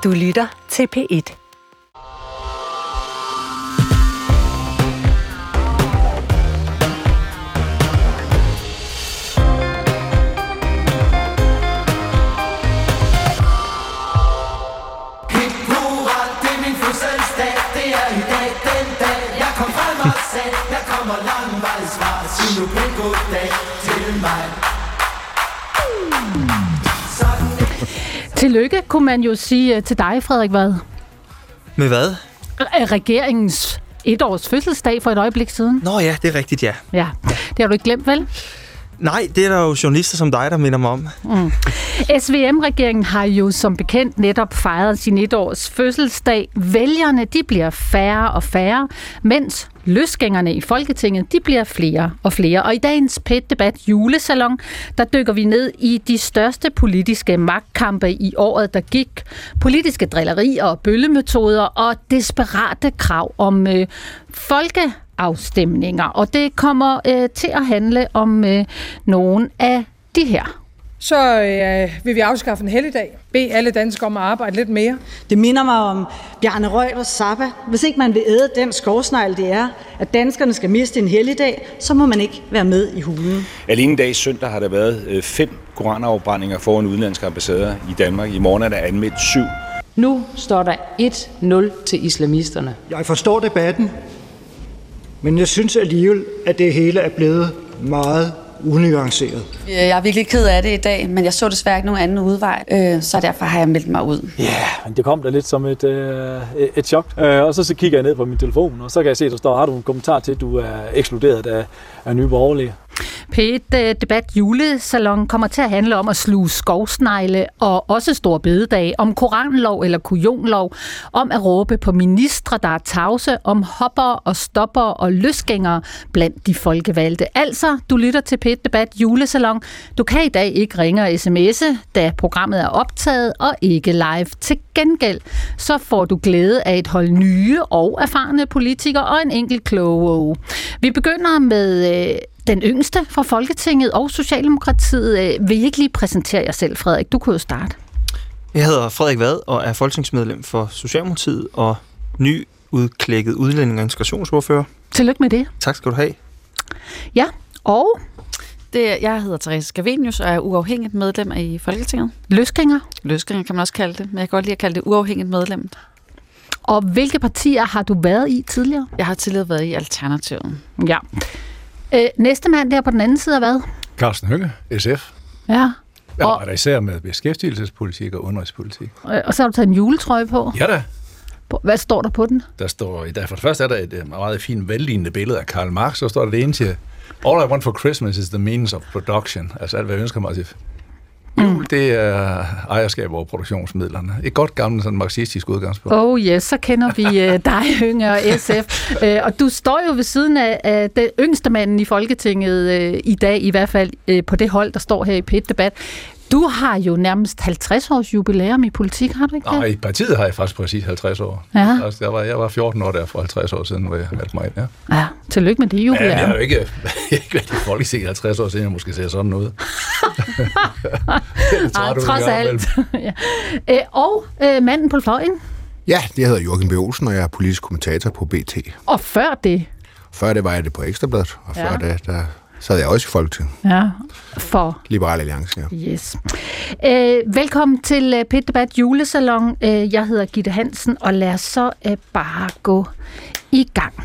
Du lytter til P1. Tillykke, kunne man jo sige til dig, Frederik Vad. Med hvad? Regeringens 1-års fødselsdag for et øjeblik siden. Nå ja, det er rigtigt, ja. Ja, det har du ikke glemt, vel? Nej, det er der jo journalister som dig, der minder mig om. SVM-regeringen har jo som bekendt netop fejret sin 1-års fødselsdag. Vælgerne, de bliver færre og færre, mens løsgængerne i Folketinget, de bliver flere og flere. Og i dagens P1-debat julesalon, der dykker vi ned i de største politiske magtkampe i året, der gik. Politiske drillerier og bøllemetoder og desperate krav om folkeafstemninger. Og det kommer til at handle om nogle af de her. Så vil vi afskaffe en helligdag. Bede alle danskere om at arbejde lidt mere. Det minder mig om Bjarne Reuters Zappa. Hvis ikke man vil æde den skovsnegl, det er, at danskerne skal miste en helligdag, så må man ikke være med i hulen. Alene i dag søndag har der været 5 koranafbrændinger foran udenlandske ambassader i Danmark. I morgen er der anmeldt 7. Nu står der 1-0 til islamisterne. Jeg forstår debatten, men jeg synes alligevel, at det hele er blevet meget unuanceret. Jeg er virkelig ked af det i dag, men jeg så desværre ikke nogen anden udvej, så derfor har jeg meldt mig ud. Ja, det kom da lidt som et chok. Og så kigger jeg ned på min telefon, og så kan jeg se, der står, har du en kommentar til, at du er ekskluderet af Nye Borgerlige? P1-debat julesalon kommer til at handle om at sluge skovsnegle og også store bededag, om koranlov eller kujonlov, om at råbe på ministre, der er tavse, om hopper og stopper og løsgængere blandt de folkevalgte. Altså, du lytter til P1-debat julesalon. Du kan i dag ikke ringe og sms'e, da programmet er optaget og ikke live. Til gengæld, så får du glæde af et hold nye og erfarne politikere og en enkelt kloge. Vi begynder med den yngste fra Folketinget og Socialdemokratiet. Vil I ikke lige præsentere jer selv, Frederik? Du kunne jo starte. Jeg hedder Frederik Vad og er folketingsmedlem for Socialdemokratiet og nyudklækket udlænding- og integrationsordfører. Tillykke med det. Tak skal du have. Ja, og Jeg hedder Therese Scavenius og er uafhængigt medlem i Folketinget. løsgænger. Løsgænger kan man også kalde det, men jeg kan godt lide at kalde det uafhængigt medlem. Og hvilke partier har du været i tidligere? Jeg har tidligere været i Alternativet. Ja. Næste mand der på den anden side er hvad? Carsten Hønge, SF. Ja. Jeg arbejder især med beskæftigelsespolitik og udenrigspolitik. Og så har du taget en juletrøje på. Ja da. Hvad står der på den? Der står, for det første er der et meget fint vellignende billede af Karl Marx, så står der det ene til, all I want for Christmas is the means of production. Altså alt, hvad jeg ønsker mig til jul, det er ejerskab over produktionsmidlerne. Et godt gammelt sådan marxistisk udgangspunkt. Oh yes, så kender vi dig, Hønge og SF. Og du står jo ved siden af den yngste manden i Folketinget i dag, i hvert fald på det hold, der står her i P1-debat. Du har jo nærmest 50 års jubilæum i politik, har du ikke det? Nej, i partiet har jeg faktisk præcis 50 år. Ja. Altså, jeg var 14 år der for 50 år siden, hvor jeg valgte mig ind. Ja. Ja, tillykke med det jubilæum. Ja, jeg har jo ikke været i Folketinget 50 år siden, jeg måske ser sådan noget. Trods alt. Ja. Og manden på fløjen? Ja, det hedder Joachim B. Olsen, og jeg er politisk kommentator på BT. Og før det? Før det var jeg det på Ekstrabladet, og før det, der sad jeg også i Folketinget. Ja, for Liberal Alliance, ja. Yes. Velkommen til P1-debat julesalon. Jeg hedder Gitte Hansen, og lad os så bare gå i gang.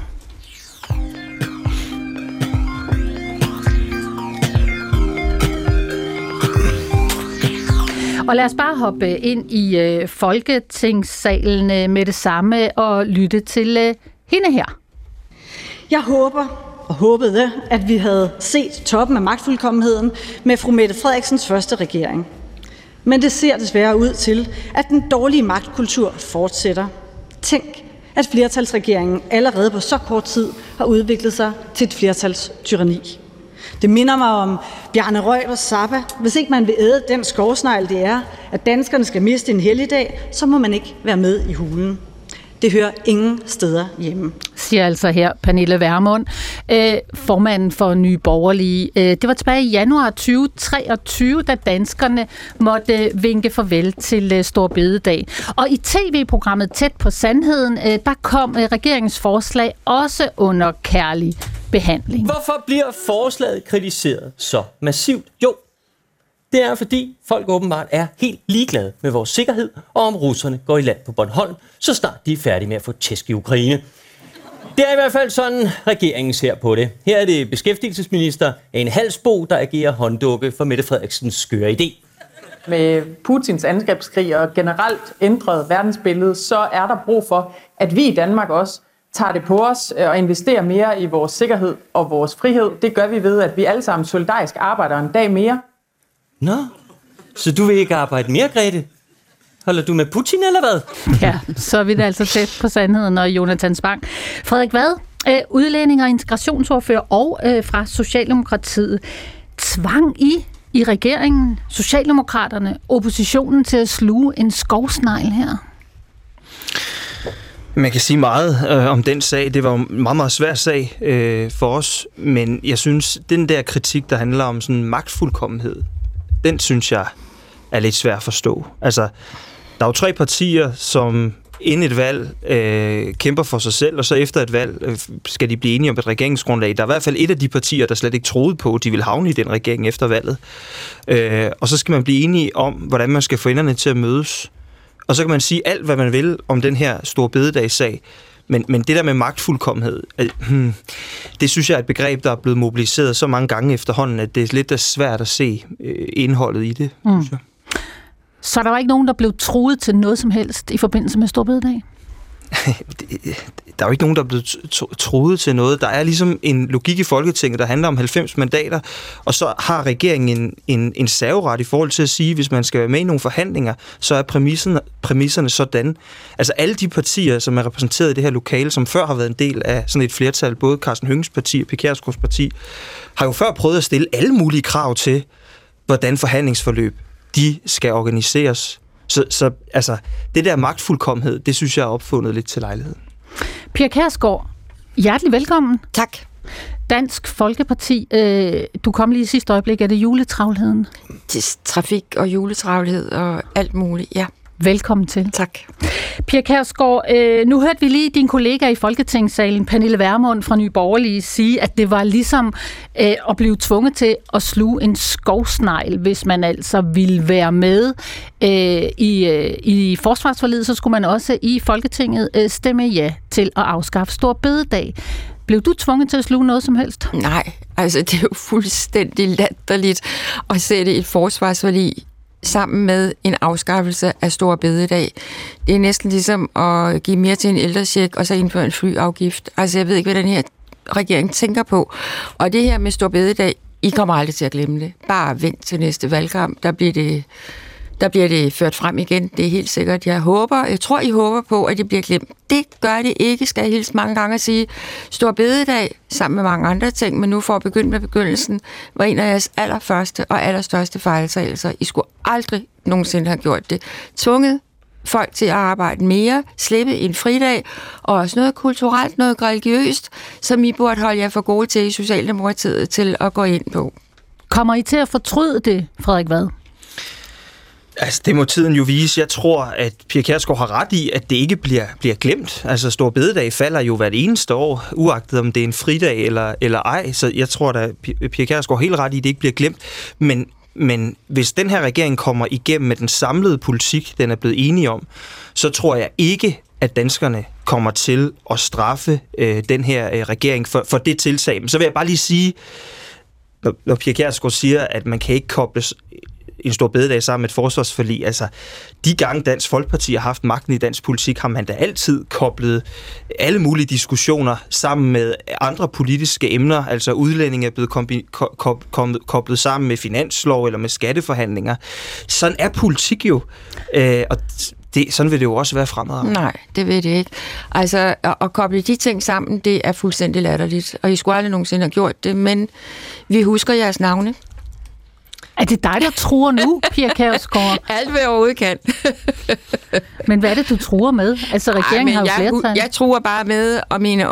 Og lad os bare hoppe ind i Folketingssalen med det samme og lytte til hende her. Jeg håber og håbede, at vi havde set toppen af magtfuldkommenheden med fru Mette Frederiksens første regering. Men det ser desværre ud til, at den dårlige magtkultur fortsætter. Tænk, at flertalsregeringen allerede på så kort tid har udviklet sig til et flertalstyranni. Det minder mig om Bjarne Reuters Zappa. Hvis ikke man vil æde den skovsnegl, det er, at danskerne skal miste en helligdag, så må man ikke være med i hulen. Det hører ingen steder hjemme. siger altså her Pernille Vermund, formanden for Nye Borgerlige. Det var tilbage i januar 2023, da danskerne måtte vinke farvel til Store Bededag. Og i tv-programmet Tæt på Sandheden, der kom regeringens forslag også under kærlig behandling. Hvorfor bliver forslaget kritiseret så massivt? Jo, det er fordi folk åbenbart er helt ligeglade med vores sikkerhed, og om russerne går i land på Bornholm, så snart de er færdige med at få tæsk i Ukraine. Det er i hvert fald sådan, regeringen ser på det. Her er det beskæftigelsesminister Ane Halsboe, der agerer hånddukke for Mette Frederiksens skøre idé. Med Putins angrebskrig og generelt ændret verdensbillede, så er der brug for, at vi i Danmark også tager det på os og investerer mere i vores sikkerhed og vores frihed. Det gør vi ved, at vi alle sammen solidarisk arbejder en dag mere. Nå, så du vil ikke arbejde mere, Grete? Holder du med Putin, eller hvad? Ja, så er vi da altså tæt på sandheden og Jonathan Spang. Frederik Vad, udlænding og integrationsordfører og fra Socialdemokratiet. Tvang i regeringen, Socialdemokraterne, oppositionen til at sluge en skovsnegl her? Man kan sige meget om den sag. Det var en meget, meget svær sag for os, men jeg synes, den der kritik, der handler om sådan magtfuldkommenhed, den synes jeg er lidt svær at forstå. Altså, der er jo 3 partier, som inden et valg kæmper for sig selv, og så efter et valg skal de blive enige om et regeringsgrundlag. Der er i hvert fald et af de partier, der slet ikke troede på, at de ville havne i den regering efter valget. Og så skal man blive enige om, hvordan man skal få enderne til at mødes. Og så kan man sige alt, hvad man vil om den her Store Bededagssag. Men det der med magtfuldkommenhed, det synes jeg er et begreb, der er blevet mobiliseret så mange gange efterhånden, at det er lidt svært at se indholdet i det. Så der var ikke nogen, der blev truet til noget som helst i forbindelse med Store Bededag? Der er jo ikke nogen, der er blevet truet til noget. Der er ligesom en logik i Folketinget, der handler om 90 mandater, og så har regeringen en serveret i forhold til at sige, hvis man skal være med i nogle forhandlinger, så er præmisserne sådan. Altså alle de partier, som er repræsenteret i det her lokale, som før har været en del af sådan et flertal, både Carsten Hønges parti og Pia Kjærsgaards parti, har jo før prøvet at stille alle mulige krav til, hvordan forhandlingsforløb de skal organiseres. Så altså, det der magtfuldkommenhed, det synes jeg er opfundet lidt til lejligheden. Pia Kjærsgaard, hjertelig velkommen. Tak. Dansk Folkeparti, du kom lige i sidste øjeblik, er det juletravlheden? Det er trafik og juletravlhed og alt muligt, ja. Velkommen til. Tak. Pia Kjærsgaard, nu hørte vi lige din kollega i Folketingssalen, Pernille Vermund fra Nye Borgerlige, sige, at det var ligesom at blive tvunget til at sluge en skovsnegl, hvis man altså ville være med i forsvarsforliget, så skulle man også i Folketinget stemme ja til at afskaffe Store Bededag. Blev du tvunget til at sluge noget som helst? Nej, altså det er jo fuldstændig latterligt at sætte et forsvarsforlig sammen med en afskaffelse af Store Bededag. Det er næsten ligesom at give mere til en ældrecheck og så indføre en flyafgift. Altså jeg ved ikke, hvad den her regering tænker på. Og det her med Store Bededag, I kommer aldrig til at glemme det. Bare vent til næste valgkamp, der bliver det ført frem igen. Det er helt sikkert. Jeg tror, I håber på, at det bliver glemt. Det gør det ikke, skal jeg hilse mange gange at sige. Store Bededag, sammen med mange andre ting, men nu for at begynde med begyndelsen, var en af jeres allerførste og allerstørste fejltagelser. I skulle aldrig nogensinde have gjort det. Tvunget folk til at arbejde mere, slippe en fridag, og også noget kulturelt, noget religiøst, som I burde holde jer for gode til i Socialdemokratiet til at gå ind på. Kommer I til at fortryde det, Frederik Vad? Altså, det må tiden jo vise. Jeg tror, at Pia Kjærsgaard har ret i, at det ikke bliver glemt. Altså, Store Bededag falder jo hvert eneste år, uagtet om det er en fridag eller ej. Så jeg tror, at Pia Kjærsgaard har helt ret i, at det ikke bliver glemt. Men hvis den her regering kommer igennem med den samlede politik, den er blevet enige om, så tror jeg ikke, at danskerne kommer til at straffe den her regering for det tiltag. Men så vil jeg bare lige sige, når Pia Kjærsgaard siger, at man kan ikke kobles en Stor Bededag sammen med et forsvarsforlig. Altså, de gange Dansk Folkeparti har haft magten i dansk politik, har man da altid koblet alle mulige diskussioner sammen med andre politiske emner. Altså, udlændinge er blevet koblet sammen med finanslov eller med skatteforhandlinger. Sådan er politik jo. Og sådan vil det jo også være fremadrettet. Nej, det vil det ikke. Altså, at koble de ting sammen, det er fuldstændig latterligt. Og I skulle aldrig nogensinde have gjort det, men vi husker jeres navne. Er det dig, der truer nu, Pia Kjærsgaard? Alt, hvad jeg overhovedet kan. Men hvad er det, du truer med? Altså, regeringen har jo flertal. Jeg truer bare med at minde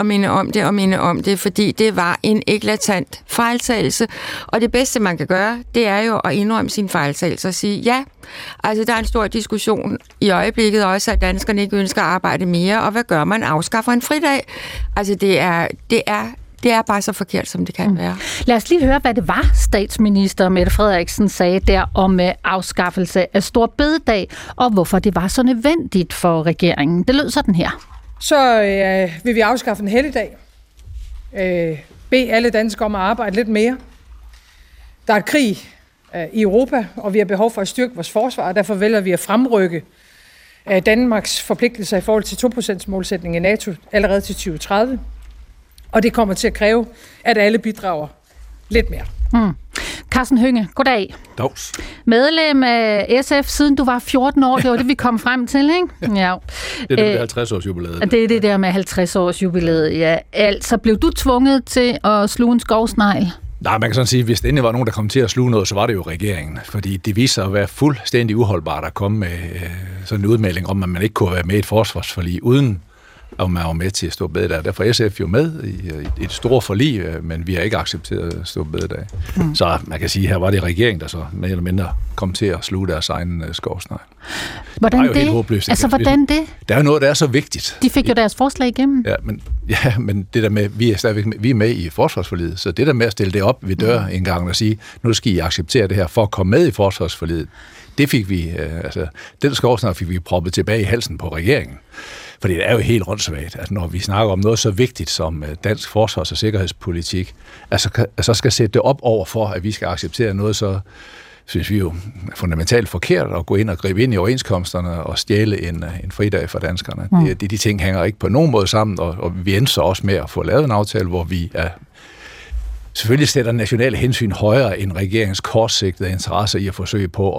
om det, fordi det var en eklatant fejltagelse. Og det bedste, man kan gøre, det er jo at indrømme sin fejltagelse og sige, ja, altså der er en stor diskussion i øjeblikket også, at danskerne ikke ønsker at arbejde mere, og hvad gør man? Afskaffer en fridag? Altså, det er bare så forkert, som det kan være. Lad os lige høre, hvad det var, statsminister Mette Frederiksen sagde der om afskaffelse af store bededag, og hvorfor det var så nødvendigt for regeringen. Det lød sådan her. Så vil vi afskaffe en helligdag. Bede alle danskere om at arbejde lidt mere. Der er krig i Europa, og vi har behov for at styrke vores forsvar, og derfor vælger vi at fremrykke Danmarks forpligtelser i forhold til 2%-målsætningen i NATO allerede til 2030. Og det kommer til at kræve, at alle bidrager lidt mere. Carsten Hønge, goddag. Dags. Medlem af SF, siden du var 14 år, det var det, vi kom frem til, ikke? Ja. Det er det 50-års-jubilæet. Det er det der med 50-års-jubilæet, ja. Altså, blev du tvunget til at sluge en skovsnegl? Nej, man kan sådan sige, at hvis det endelig var nogen, der kom til at sluge noget, så var det jo regeringen. Fordi det viser sig at være fuldstændig uholdbart at komme med sådan en udmelding om, at man ikke kunne være med i et forsvarsforlig uden og man var med til at stå bededag. Derfor er SF jo med i et stort forlig, men vi har ikke accepteret at stå bededag. Så man kan sige, at her var det regeringen, der så mere eller mindre kom til at sluge deres egen skovsnegl. Hvordan det? Altså, hvordan det? Der er jo noget, der er så vigtigt. De fik jo deres forslag igennem. Men det der med, vi er med i forsvarsforliget, så det der med at stille det op ved dør en gang og sige, nu skal I acceptere det her for at komme med i forsvarsforliget, det fik vi, den skovsnegl fik vi proppet tilbage i halsen på regeringen. Fordi det er jo helt rundsvagt, at når vi snakker om noget så vigtigt som dansk forsvars- og sikkerhedspolitik, så skal sætte det op over for, at vi skal acceptere noget så, synes vi jo, fundamentalt forkert at gå ind og gribe ind i overenskomsterne og stjæle en fridag for danskerne. De ting hænger ikke på nogen måde sammen, og vi endte så også med at få lavet en aftale, hvor vi selvfølgelig sætter nationale hensyn højere end regeringens kortsigtede interesser i at forsøge på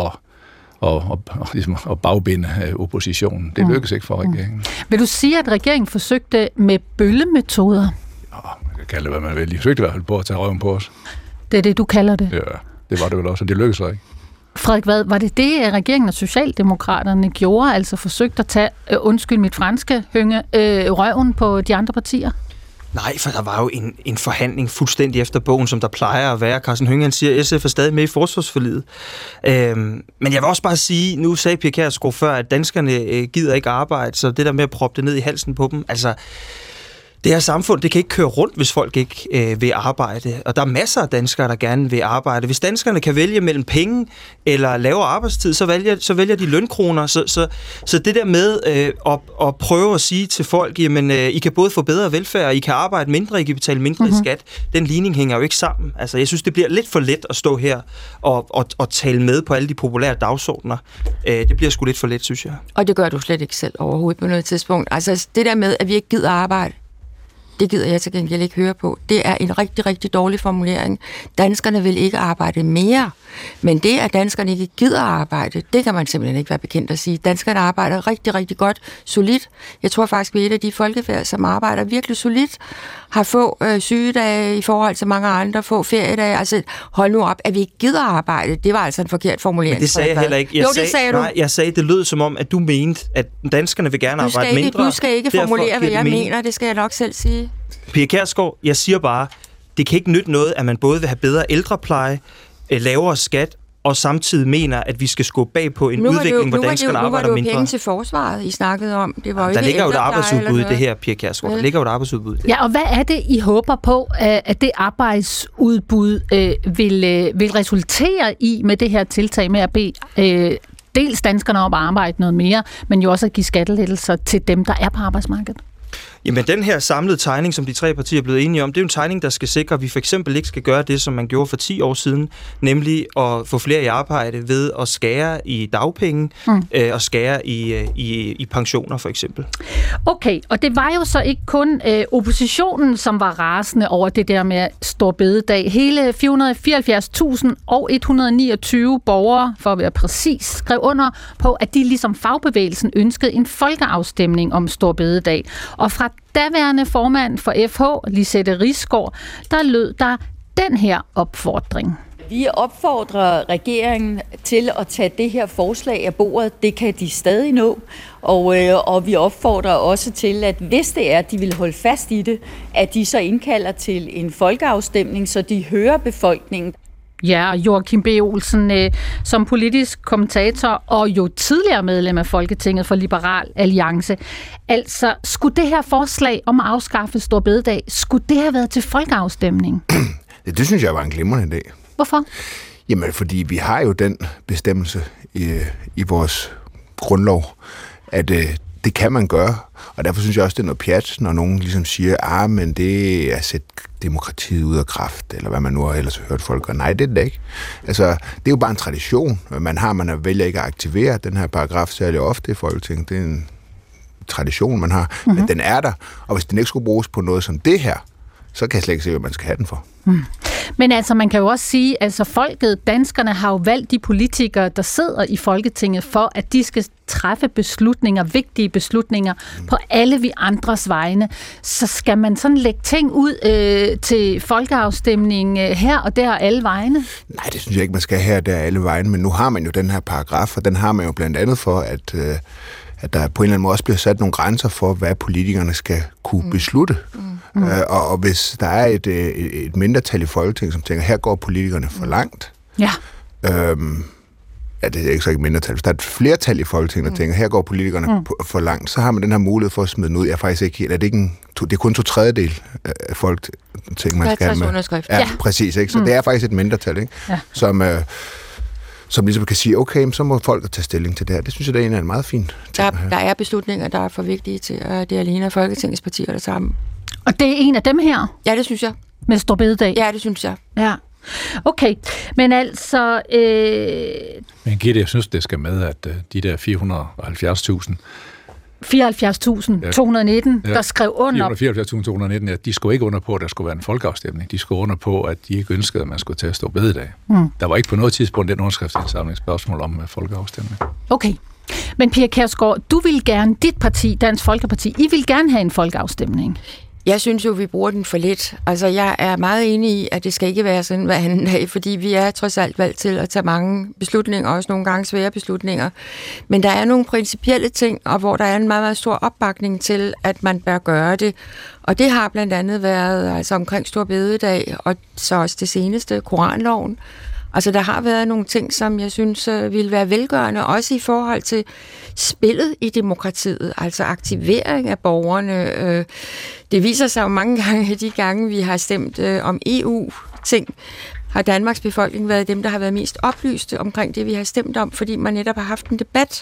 at bagbinde oppositionen. Det lykkedes ikke for regeringen. Vil du sige, at regeringen forsøgte med bøllemetoder? Man kan kalde det, hvad man vil. De forsøgte i hvert fald på at tage røven på os. Det er det, du kalder det? Ja, det var det vel også, og det lykkedes ikke. Frederik, hvad var det, at regeringen og Socialdemokraterne gjorde, altså forsøgte at tage, undskyld mit franske, Hønge, røven på de andre partier? Nej, for der var jo en forhandling fuldstændig efter bogen, som der plejer at være. Carsten Hønge siger, at SF er stadig med i forsvarsforliget. Men jeg vil også bare sige, nu sagde Pia Kjærsgaard før, at danskerne gider ikke arbejde, så det der med at proppe det ned i halsen på dem, altså det her samfund, det kan ikke køre rundt, hvis folk ikke vil arbejde. Og der er masser af danskere, der gerne vil arbejde. Hvis danskerne kan vælge mellem penge eller lavere arbejdstid, så vælger de lønkroner. Så det der med at prøve at sige til folk, jamen, I kan både få bedre velfærd, I kan arbejde mindre, I kan betale mindre i skat, den ligning hænger jo ikke sammen. Altså, jeg synes, det bliver lidt for let at stå her og tale med på alle de populære dagsordner. Det bliver sgu lidt for let, synes jeg. Og det gør du slet ikke selv overhovedet på noget tidspunkt. Altså, det der med, at vi ikke gider arbejde, det gider jeg til gengæld ikke høre på. Det er en rigtig, rigtig dårlig formulering. Danskerne vil ikke arbejde mere, men det, at danskerne ikke gider arbejde, det kan man simpelthen ikke være bekendt at sige. Danskerne arbejder rigtig, rigtig godt, solidt. Jeg tror faktisk, vi er et af de folkefærd, som arbejder virkelig solidt, har få sygedage i forhold til mange andre, få feriedage. Altså, hold nu op, at vi ikke gider arbejde. Det var altså en forkert formulering. Men det sagde jeg heller ikke. Det sagde du. Nej, jeg sagde, det lød som om, at du mente, at danskerne vil gerne arbejde mindre. Du skal ikke formulere, hvad jeg mener. Det skal jeg nok selv sige. Pia Kjærsgaard, jeg siger bare, det kan ikke nytte noget, at man både vil have bedre ældrepleje, lavere skat, og samtidig mener, at vi skal skubbe bag på en udvikling, hvor danskerne arbejder mindre. Nu var det jo penge til forsvaret, I snakkede om. Det var jo ikke der ligger jo et arbejdsudbud i det her, Pia Kjærsgaard. Der ligger jo et arbejdsudbud. Ja, og hvad er det, I håber på, at det arbejdsudbud vil resultere i med det her tiltag med at bede dels danskerne om at arbejde noget mere, men jo også at give skattelettelser til dem, der er på arbejdsmarkedet? Jamen, den her samlede tegning, som de tre partier er blevet enige om, det er jo en tegning, der skal sikre, at vi for eksempel ikke skal gøre det, som man gjorde for 10 år siden, nemlig at få flere i arbejde ved at skære i dagpenge og skære i pensioner, for eksempel. Okay, og det var jo så ikke kun oppositionen, som var rasende over det der med stor bededag. Hele 474.129 borgere, for at være præcis, skrev under på, at de ligesom fagbevægelsen ønskede en folkeafstemning om stor bededag. Og fra daværende formand for FH, Lisette Risgaard, der lød der den her opfordring. Vi opfordrer regeringen til at tage det her forslag af bordet. Det kan de stadig nå. Og vi opfordrer også til, at hvis det er, at de vil holde fast i det, at de så indkalder til en folkeafstemning, så de hører befolkningen. Ja, og Joachim B. Olsen, som politisk kommentator og jo tidligere medlem af Folketinget for Liberal Alliance. Altså, skulle det her forslag om at afskaffe store bededag, skulle det have været til folkeafstemning? Det synes jeg var en glimrende idé. Hvorfor? Jamen, fordi vi har jo den bestemmelse i vores grundlov, at det kan man gøre, og derfor synes jeg også, det er noget pjat, når nogen ligesom siger, men det er at sætte demokratiet ud af kraft, eller hvad man nu har ellers hørt folk gøre. Nej, det er det ikke. Altså, det er jo bare en tradition. Man vælger ikke at aktivere den her paragraf særlig ofte i Folketinget. Det er en tradition, man har, men den er der, og hvis den ikke skulle bruges på noget som det her, så kan jeg slet ikke se, hvad man skal have den for. Men altså, man kan jo også sige, altså folket, danskerne har jo valgt de politikere, der sidder i Folketinget, for at de skal træffe beslutninger, vigtige beslutninger, på alle vi andres vegne. Så skal man sådan lægge ting ud til folkeafstemning her og der alle vegne? Nej, det synes jeg ikke, man skal her og der alle vegne, men nu har man jo den her paragraf, og den har man jo blandt andet for, at der på en eller anden måde også bliver sat nogle grænser for, hvad politikerne skal kunne beslutte. Og hvis der er et mindretal i Folketinget, som tænker, her går politikerne for langt, det er ikke så ikke mindretal. Hvis der er et flertal i Folketinget, der tænker, her går politikerne for langt, så har man den her mulighed for at smide den ud. Jeg er faktisk ikke helt, det er kun 2/3 af Folketinget, man skal have med. Ja, præcis. Ikke? Så det er faktisk et mindretal, ikke? Ja. Som ligesom kan sige, okay, så må folk tage stilling til det her. Det synes jeg, det er en meget fint ting. Der er beslutninger, der er for vigtige til, at det er alene af Folketingets partier, der sammen. Og det er en af dem her? Ja, det synes jeg. Med store bededag? Ja, det synes jeg. Ja. Okay, men altså... Men Gitte, jeg synes, det skal med, at de der 474.000... 74.219, der skrev under... 474.219, de skulle ikke under på, at der skulle være en folkeafstemning. De skulle under på, at de ikke ønskede, at man skulle tage store bededag. Der var ikke på noget tidspunkt den underskriftsindsamling spørgsmål om folkeafstemning. Okay. Men Pia Kjærsgaard, du vil gerne, dit parti, Dansk Folkeparti, I vil gerne have en folkeafstemning. Jeg synes jo, vi bruger den for lidt. Altså, jeg er meget enig i, at det skal ikke være sådan hver anden dag, fordi vi er trods alt valgt til at tage mange beslutninger, også nogle gange svære beslutninger. Men der er nogle principielle ting, og hvor der er en meget, meget stor opbakning til, at man bør gøre det. Og det har blandt andet været altså omkring Store Bededag, og så også det seneste, Koranloven. Altså, der har været nogle ting, som jeg synes ville være velgørende, også i forhold til spillet i demokratiet, altså aktivering af borgerne. Det viser sig jo mange gange, de gange, vi har stemt om EU-ting, har Danmarks befolkning været dem, der har været mest oplyste omkring det, vi har stemt om, fordi man netop har haft en debat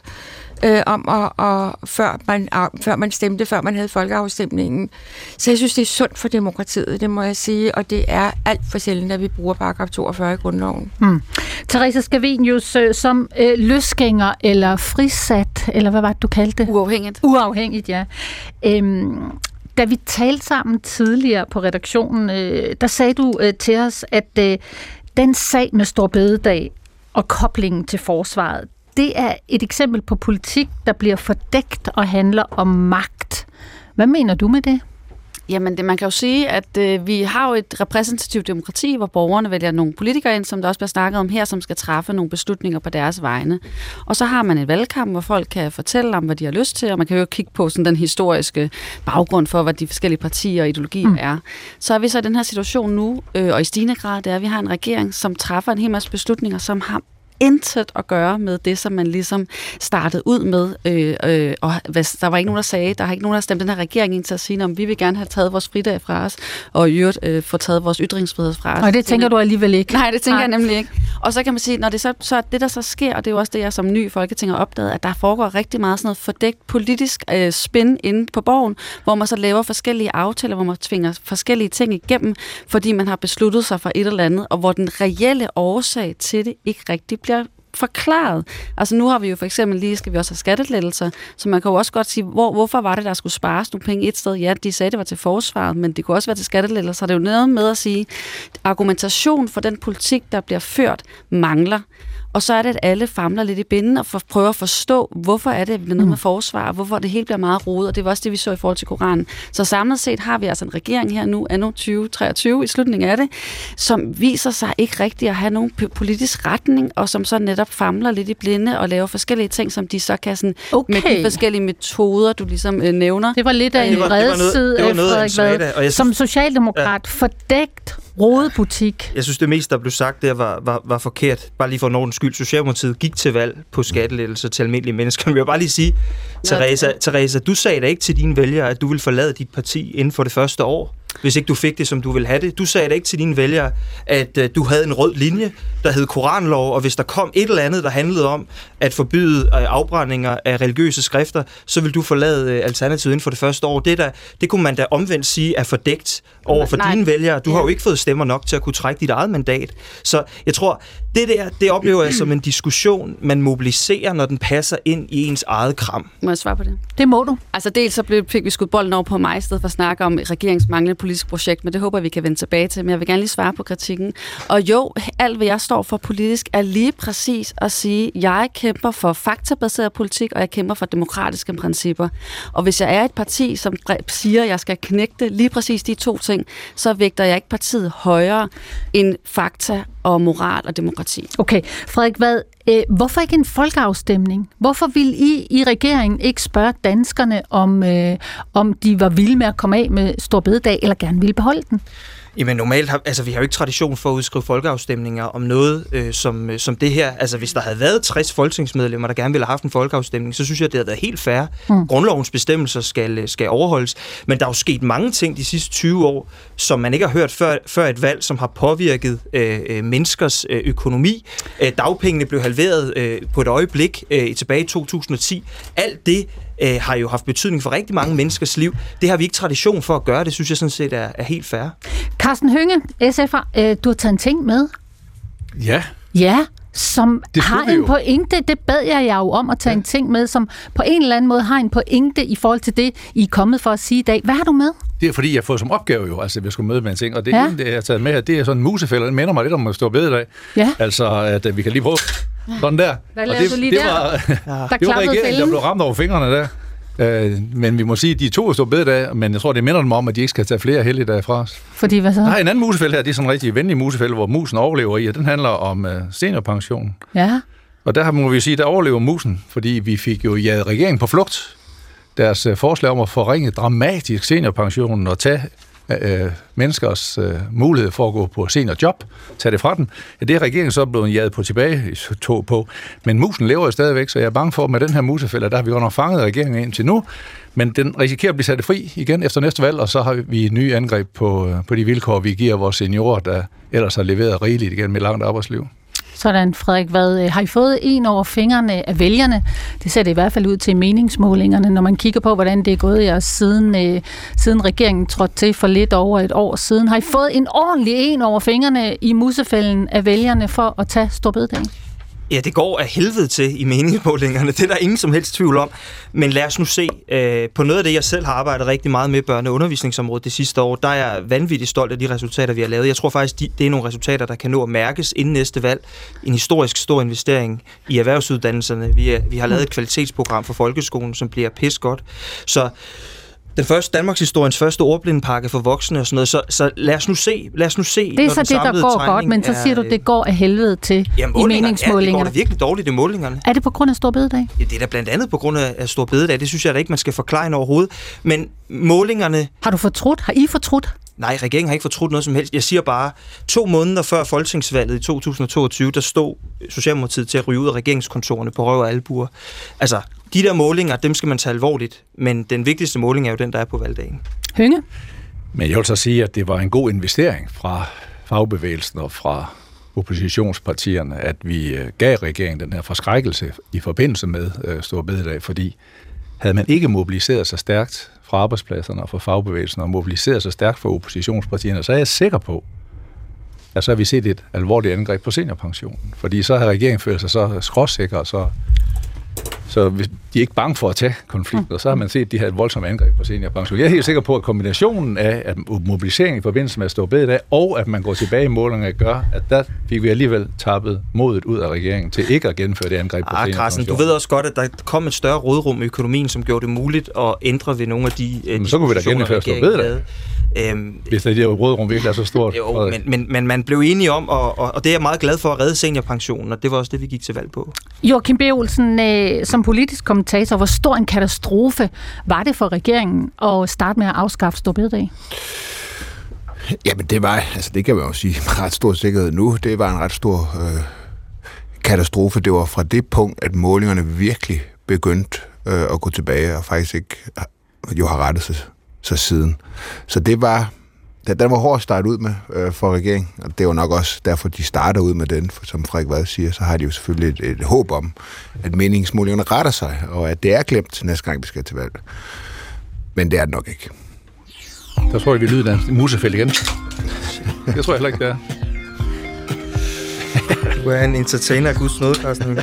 før man stemte, før man havde folkeafstemningen. Så jeg synes, det er sundt for demokratiet, det må jeg sige, og det er alt for sjældent, at vi bruger paragraf 42 i grundloven. Theresa Scavenius, som løsgænger eller frisat, eller hvad var det, du kaldte det? Uafhængigt. Uafhængigt, ja. Da vi talte sammen tidligere på redaktionen, der sagde du til os, at den sag med Store Bededag og koblingen til forsvaret, det er et eksempel på politik, der bliver fordækt og handler om magt. Hvad mener du med det? Jamen, man kan jo sige, at vi har jo et repræsentativt demokrati, hvor borgerne vælger nogle politikere ind, som der også bliver snakket om her, som skal træffe nogle beslutninger på deres vegne. Og så har man et valgkamp, hvor folk kan fortælle om, hvad de har lyst til, og man kan jo kigge på sådan den historiske baggrund for, hvad de forskellige partier og ideologier er. Så er vi så i den her situation nu, og i stigende grad, det er, at vi har en regering, som træffer en hel masse beslutninger, som har intet at gøre med det, som man ligesom startede ud med. Og der var ikke nogen, der sagde, der har ikke nogen, der stemte den her regering ind til at sige, om vi vil gerne have taget vores fridag fra os, og i øvrigt få taget vores ytringsfrihed fra os. Og det tænker du alligevel ikke? Nej, det tænker jeg nemlig ikke. Og så kan man sige, når det så det, der så sker, og det er jo også det, jeg som ny Folketing har opdaget, at der foregår rigtig meget sådan noget fordækt politisk spin inde på Borgen, hvor man så laver forskellige aftaler, hvor man tvinger forskellige ting igennem, fordi man har besluttet sig for et eller andet, og hvor den reelle årsag til det ikke rigtig bliver forklaret. Altså nu har vi jo for eksempel lige, skal vi også have skattelettelser, så man kan jo også godt sige, hvorfor var det, der skulle spares nogle penge et sted? Ja, de sagde, det var til forsvaret, men det kunne også være til skattelettelser. Det er jo noget med at sige, argumentation for den politik, der bliver ført, mangler. Og så er det, at alle famler lidt i binden og prøver at forstå, hvorfor er det, at vi bliver noget med forsvar, og hvorfor det hele bliver meget rodet, og det var også det, vi så i forhold til Koranen. Så samlet set har vi altså en regering her nu, anno 2023, i slutningen af det, som viser sig ikke rigtig at have nogen politisk retning, og som så netop famler lidt i blinde og laver forskellige ting, som de så kan sådan, med de forskellige metoder, du ligesom nævner. Det var lidt af en redside, Frederik Vad, som socialdemokrat fordækt rodebutik. Jeg synes, det meste, der blev sagt der, var forkert. Bare lige for en ordens skyld. Socialdemokratiet gik til valg på skattelettelser til almindelige mennesker. Men jeg vil bare lige sige, Teresa, du sagde da ikke til dine vælgere, at du ville forlade dit parti inden for det første år, hvis ikke du fik det, som du ville have det. Du sagde da ikke til dine vælgere, at du havde en rød linje, der hed koranlov, og hvis der kom et eller andet, der handlede om at forbyde afbrændinger af religiøse skrifter, så ville du forlade Alternativet inden for det første år. Det kunne man da omvendt sige er fordækt over for dine vælgere. Du har jo ikke fået stemmer nok til at kunne trække dit eget mandat. Så jeg tror, det oplever jeg som en diskussion, man mobiliserer, når den passer ind i ens eget kram. Må jeg svare på det? Det må du. Altså dels så fik vi skudt bolden over på mig, i stedet for at snakke om regeringsmanglende politisk projekt, men det håber vi kan vende tilbage til. Men jeg vil gerne lige svare på kritikken. Og jo, alt hvad jeg står for politisk, er lige præcis at sige, at jeg kæmper for faktabaseret politik, og jeg kæmper for demokratiske principper. Og hvis jeg er et parti, som siger, at jeg skal knægte lige præcis de to ting, så vægter jeg ikke partiet højere end fakta og moral og demokrati. Okay, Frederik Vad, hvorfor ikke en folkeafstemning? Hvorfor vil I regeringen ikke spørge danskerne, om de var vilde med at komme af med Store Bededag, eller gerne ville beholde den? Jamen normalt, vi har jo ikke tradition for at udskrive folkeafstemninger om noget som det her. Altså hvis der havde været 60 folketingsmedlemmer, der gerne ville have haft en folkeafstemning, så synes jeg, det havde været helt fair. Grundlovens bestemmelser skal overholdes. Men der er jo sket mange ting de sidste 20 år, som man ikke har hørt før et valg, som har påvirket menneskers økonomi. Dagpengene blev halveret på et øjeblik tilbage i 2010. Alt det har jo haft betydning for rigtig mange menneskers liv. Det har vi ikke tradition for at gøre. Det synes jeg sådan set er helt fair. Carsten Hønge, SF'er, du har taget en ting med. Ja. Ja, som har en pointe. Det bad jeg jo om at tage en ting med, som på en eller anden måde har en pointe i forhold til det, I er kommet for at sige i dag. Hvad har du med? Det er fordi, jeg har fået som opgave jo, altså at jeg skulle møde med en ting, og det er det, jeg har taget med her, det er sådan en musefælde, den minder mig lidt om at stå bededag. Ja. Altså, at vi kan lige prøve sådan der. Hvad lavede du lige der? Det var regeringen, der blev ramt over fingrene der. Men vi må sige, at de to står bededag, men jeg tror, det minder dem om, at de ikke skal tage flere helligdage fra os. Fordi hvad så? Der er en anden musefælde her, det er sådan en rigtig venlig musefælde, hvor musen overlever i, og den handler om seniorpension. Ja. Og der må vi sige, der overlever musen, fordi vi fik jo jaget regeringen på flugt. Deres forslag om at forringe dramatisk seniorpensionen og tage menneskers mulighed for at gå på seniorjob, tage det fra dem. Ja, det er regeringen så blevet jaget på tilbage på. Men musen lever jo stadigvæk, så jeg er bange for, at med den her musefælde, der har vi godt nok fanget regeringen indtil nu, men den risikerer at blive sat fri igen efter næste valg, og så har vi nye angreb på de vilkår, vi giver vores seniorer, der ellers har leveret rigeligt igen med langt arbejdsliv. Sådan, Frederik Vad. Har I fået en over fingrene af vælgerne? Det ser det i hvert fald ud til meningsmålingerne, når man kigger på, hvordan det er gået jer siden regeringen trådte til for lidt over et år siden. Har I fået en ordentlig en over fingrene i musefælden af vælgerne for at tage Store Bededag? Ja, det går af helvede til i meningsmålingerne. Det er der ingen som helst tvivl om. Men lad os nu se. På noget af det, jeg selv har arbejdet rigtig meget med børne- og undervisningsområdet det sidste år, der er jeg vanvittigt stolt af de resultater, vi har lavet. Jeg tror faktisk, det er nogle resultater, der kan nå at mærkes inden næste valg. En historisk stor investering i erhvervsuddannelserne. Vi har lavet et kvalitetsprogram for folkeskolen, som bliver pis godt. Så Danmarks historiens første ordblindepakke for voksne og sådan noget, så lad os nu se. Det er så det, der går godt, men så siger du, det går af helvede til i meningsmålingerne. Ja, det går da virkelig dårligt i målingerne. Er det på grund af Store Bededag? Ja, det er da blandt andet på grund af Store Bededag. Det synes jeg da ikke, man skal forklare overhovedet. Men målingerne... Har du fortrudt? Har I fortrudt? Nej, regeringen har ikke fortrudt noget som helst. Jeg siger bare, 2 måneder før folketingsvalget i 2022, der stod Socialdemokratiet til at ryge ud af regeringskontorerne på røv og albuer. Altså, de der målinger, dem skal man tage alvorligt, men den vigtigste måling er jo den, der er på valgdagen. Hønge? Men jeg vil så sige, at det var en god investering fra fagbevægelsen og fra oppositionspartierne, at vi gav regeringen den her forskrækkelse i forbindelse med Store Bededag, fordi havde man ikke mobiliseret sig stærkt fra arbejdspladserne og fra fagbevægelsen og mobiliseret sig stærkt for oppositionspartierne, så er jeg sikker på, at så har vi set et alvorligt angreb på seniorpensionen. Fordi så har regeringen følt sig så skråsikker, så de er ikke bange for at tage konflikter, og så har man set de her voldsomme angreb på seniorpension. Jeg er helt sikker på, at kombinationen af mobilisering i forbindelse med at stå bededag, og at man går tilbage i målingerne, gør, at der fik vi alligevel tappet modet ud af regeringen til ikke at gennemføre det angreb på seniorpension. Carsten, du ved også godt, at der kom et større rådrum i økonomien, som gjorde det muligt at ændre ved nogle af de men så kunne vi da gennemføre stå bededag. Hvis det her rådrum virkelig er så stort. Jo, men man blev enige om, og det er jeg meget glad for, at redde seniorpensionen, og det var også det, vi gik til valg på. Joachim B. Olsen, som politisk kommentator, hvor stor en katastrofe var det for regeringen at starte med at afskaffe store bededag? Jamen det var, altså det kan man jo sige, ret stor sikkerhed nu. Det var en ret stor katastrofe. Det var fra det punkt, at målingerne virkelig begyndte at gå tilbage, og faktisk ikke jo har rettet sig siden. Så det var, den var hårdt at starte ud med for regeringen, og det var nok også derfor, de starter ud med den, for som Frederik Vad siger, så har de jo selvfølgelig et håb om, at meningsmålingerne retter sig, og at det er glemt næste gang, vi skal til valg. Men det er det nok ikke. Der tror jeg, vi lyder af en musefælde igen. Jeg tror heller ikke, det er. Du er en entertainer af Guds nåde, Carsten.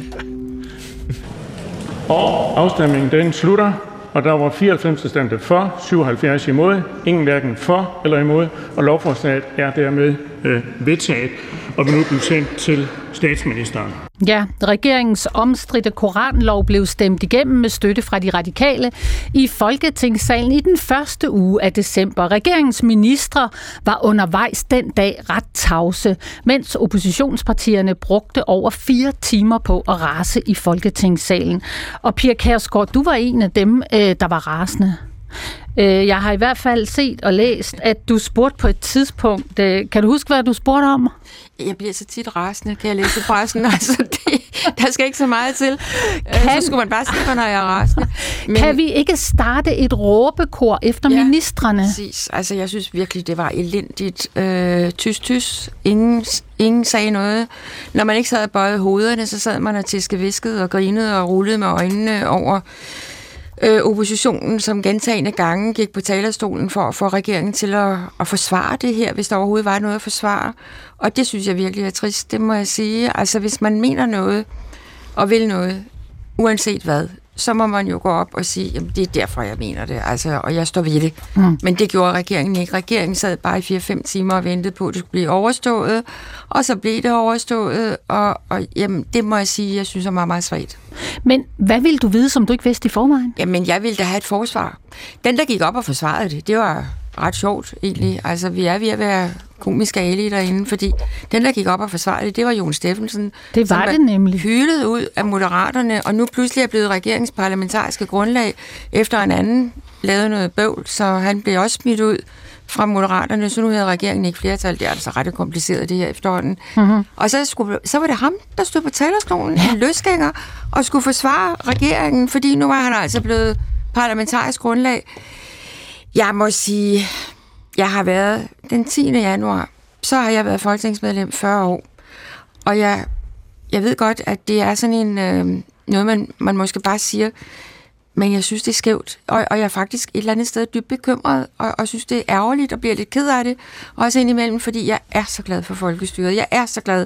Og afstemningen den slutter, og der var 94, der stemte for, 77 imod, ingen hverken for eller imod, og lovforslaget er dermed vedtaget, og vil nu blive sendt til statsministeren. Ja, regeringens omstridte koranlov blev stemt igennem med støtte fra de radikale i Folketingssalen i den første uge af december. Regeringens ministre var undervejs den dag ret tavse, mens oppositionspartierne brugte over 4 timer på at rase i Folketingssalen. Og Pia Kjærsgaard, du var en af dem, der var rasende. Jeg har i hvert fald set og læst, at du spurgte på et tidspunkt. Kan du huske, hvad du spurgte om? Jeg bliver så tit rasende, kan jeg læse i pressen. Altså, der skal ikke så meget til. Så skulle man bare sige, når jeg er rasende. Men kan vi ikke starte et råbekor efter ministrene? Præcis. Altså, jeg synes virkelig, det var elendigt. Tys. Ingen sagde noget. Når man ikke sad og bøjede hovederne, så sad man og tæskeviskede og grinede og rullede med øjnene over oppositionen, som gentagne gange gik på talerstolen for at få regeringen til at forsvare det her, hvis der overhovedet var noget at forsvare. Og det synes jeg virkelig er trist, det må jeg sige. Altså, hvis man mener noget og vil noget, uanset hvad, så må man jo gå op og sige, jamen det er derfor, jeg mener det, altså, og jeg står ved det. Men det gjorde regeringen ikke. Regeringen sad bare i 4-5 timer og ventede på, at det skulle blive overstået, og så blev det overstået, og jamen, det må jeg sige, jeg synes er meget, meget svagt. Men hvad ville du vide, som du ikke vidste i forvejen? Jamen, jeg ville da have et forsvar. Den, der gik op og forsvarede det var ret sjovt, egentlig. Altså, vi er ved at være komiske ali derinde, fordi den, der gik op og forsvarede det var Jon Steffensen. Det var det nemlig. Hylede ud af Moderaterne, og nu pludselig er blevet regeringens parlamentariske grundlag, efter en anden lavede noget bøvl, så han blev også smidt ud fra Moderaterne, så nu havde regeringen ikke flertal. Det er altså ret kompliceret, det her efterhånden. Mm-hmm. Og så var det ham, der stod på talerstolen, en løsgænger, og skulle forsvare regeringen, fordi nu var han altså blevet parlamentarisk grundlag. Jeg må sige, jeg har været den 10. januar, så har jeg været folketingsmedlem 40 år. Og jeg ved godt, at det er sådan en noget, man måske bare siger, men jeg synes, det er skævt. Og jeg er faktisk et eller andet sted dybt bekymret, og synes, det er ærgerligt og bliver lidt ked af det. Også indimellem, fordi jeg er så glad for folkestyret. Jeg er så glad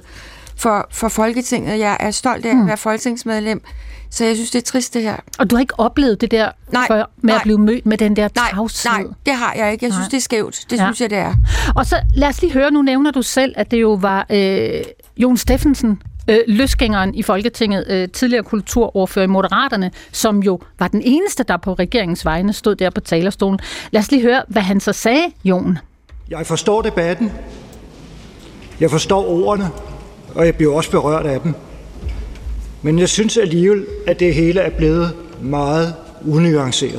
for Folketinget. Jeg er stolt af at være folketingsmedlem. Så jeg synes, det er trist, det her. Og du har ikke oplevet det der før med at blive mødt med den der tavshed? Nej, det har jeg ikke. Jeg synes, det er skævt. Det synes jeg, det er. Og så lad os lige høre, nu nævner du selv, at det jo var Jon Steffensen, løsgængeren i Folketinget, tidligere kulturordfører i Moderaterne, som jo var den eneste, der på regeringens vegne stod der på talerstolen. Lad os lige høre, hvad han så sagde, Jon. Jeg forstår debatten. Jeg forstår ordene, og jeg bliver også berørt af dem. Men jeg synes alligevel, at det hele er blevet meget unuanceret.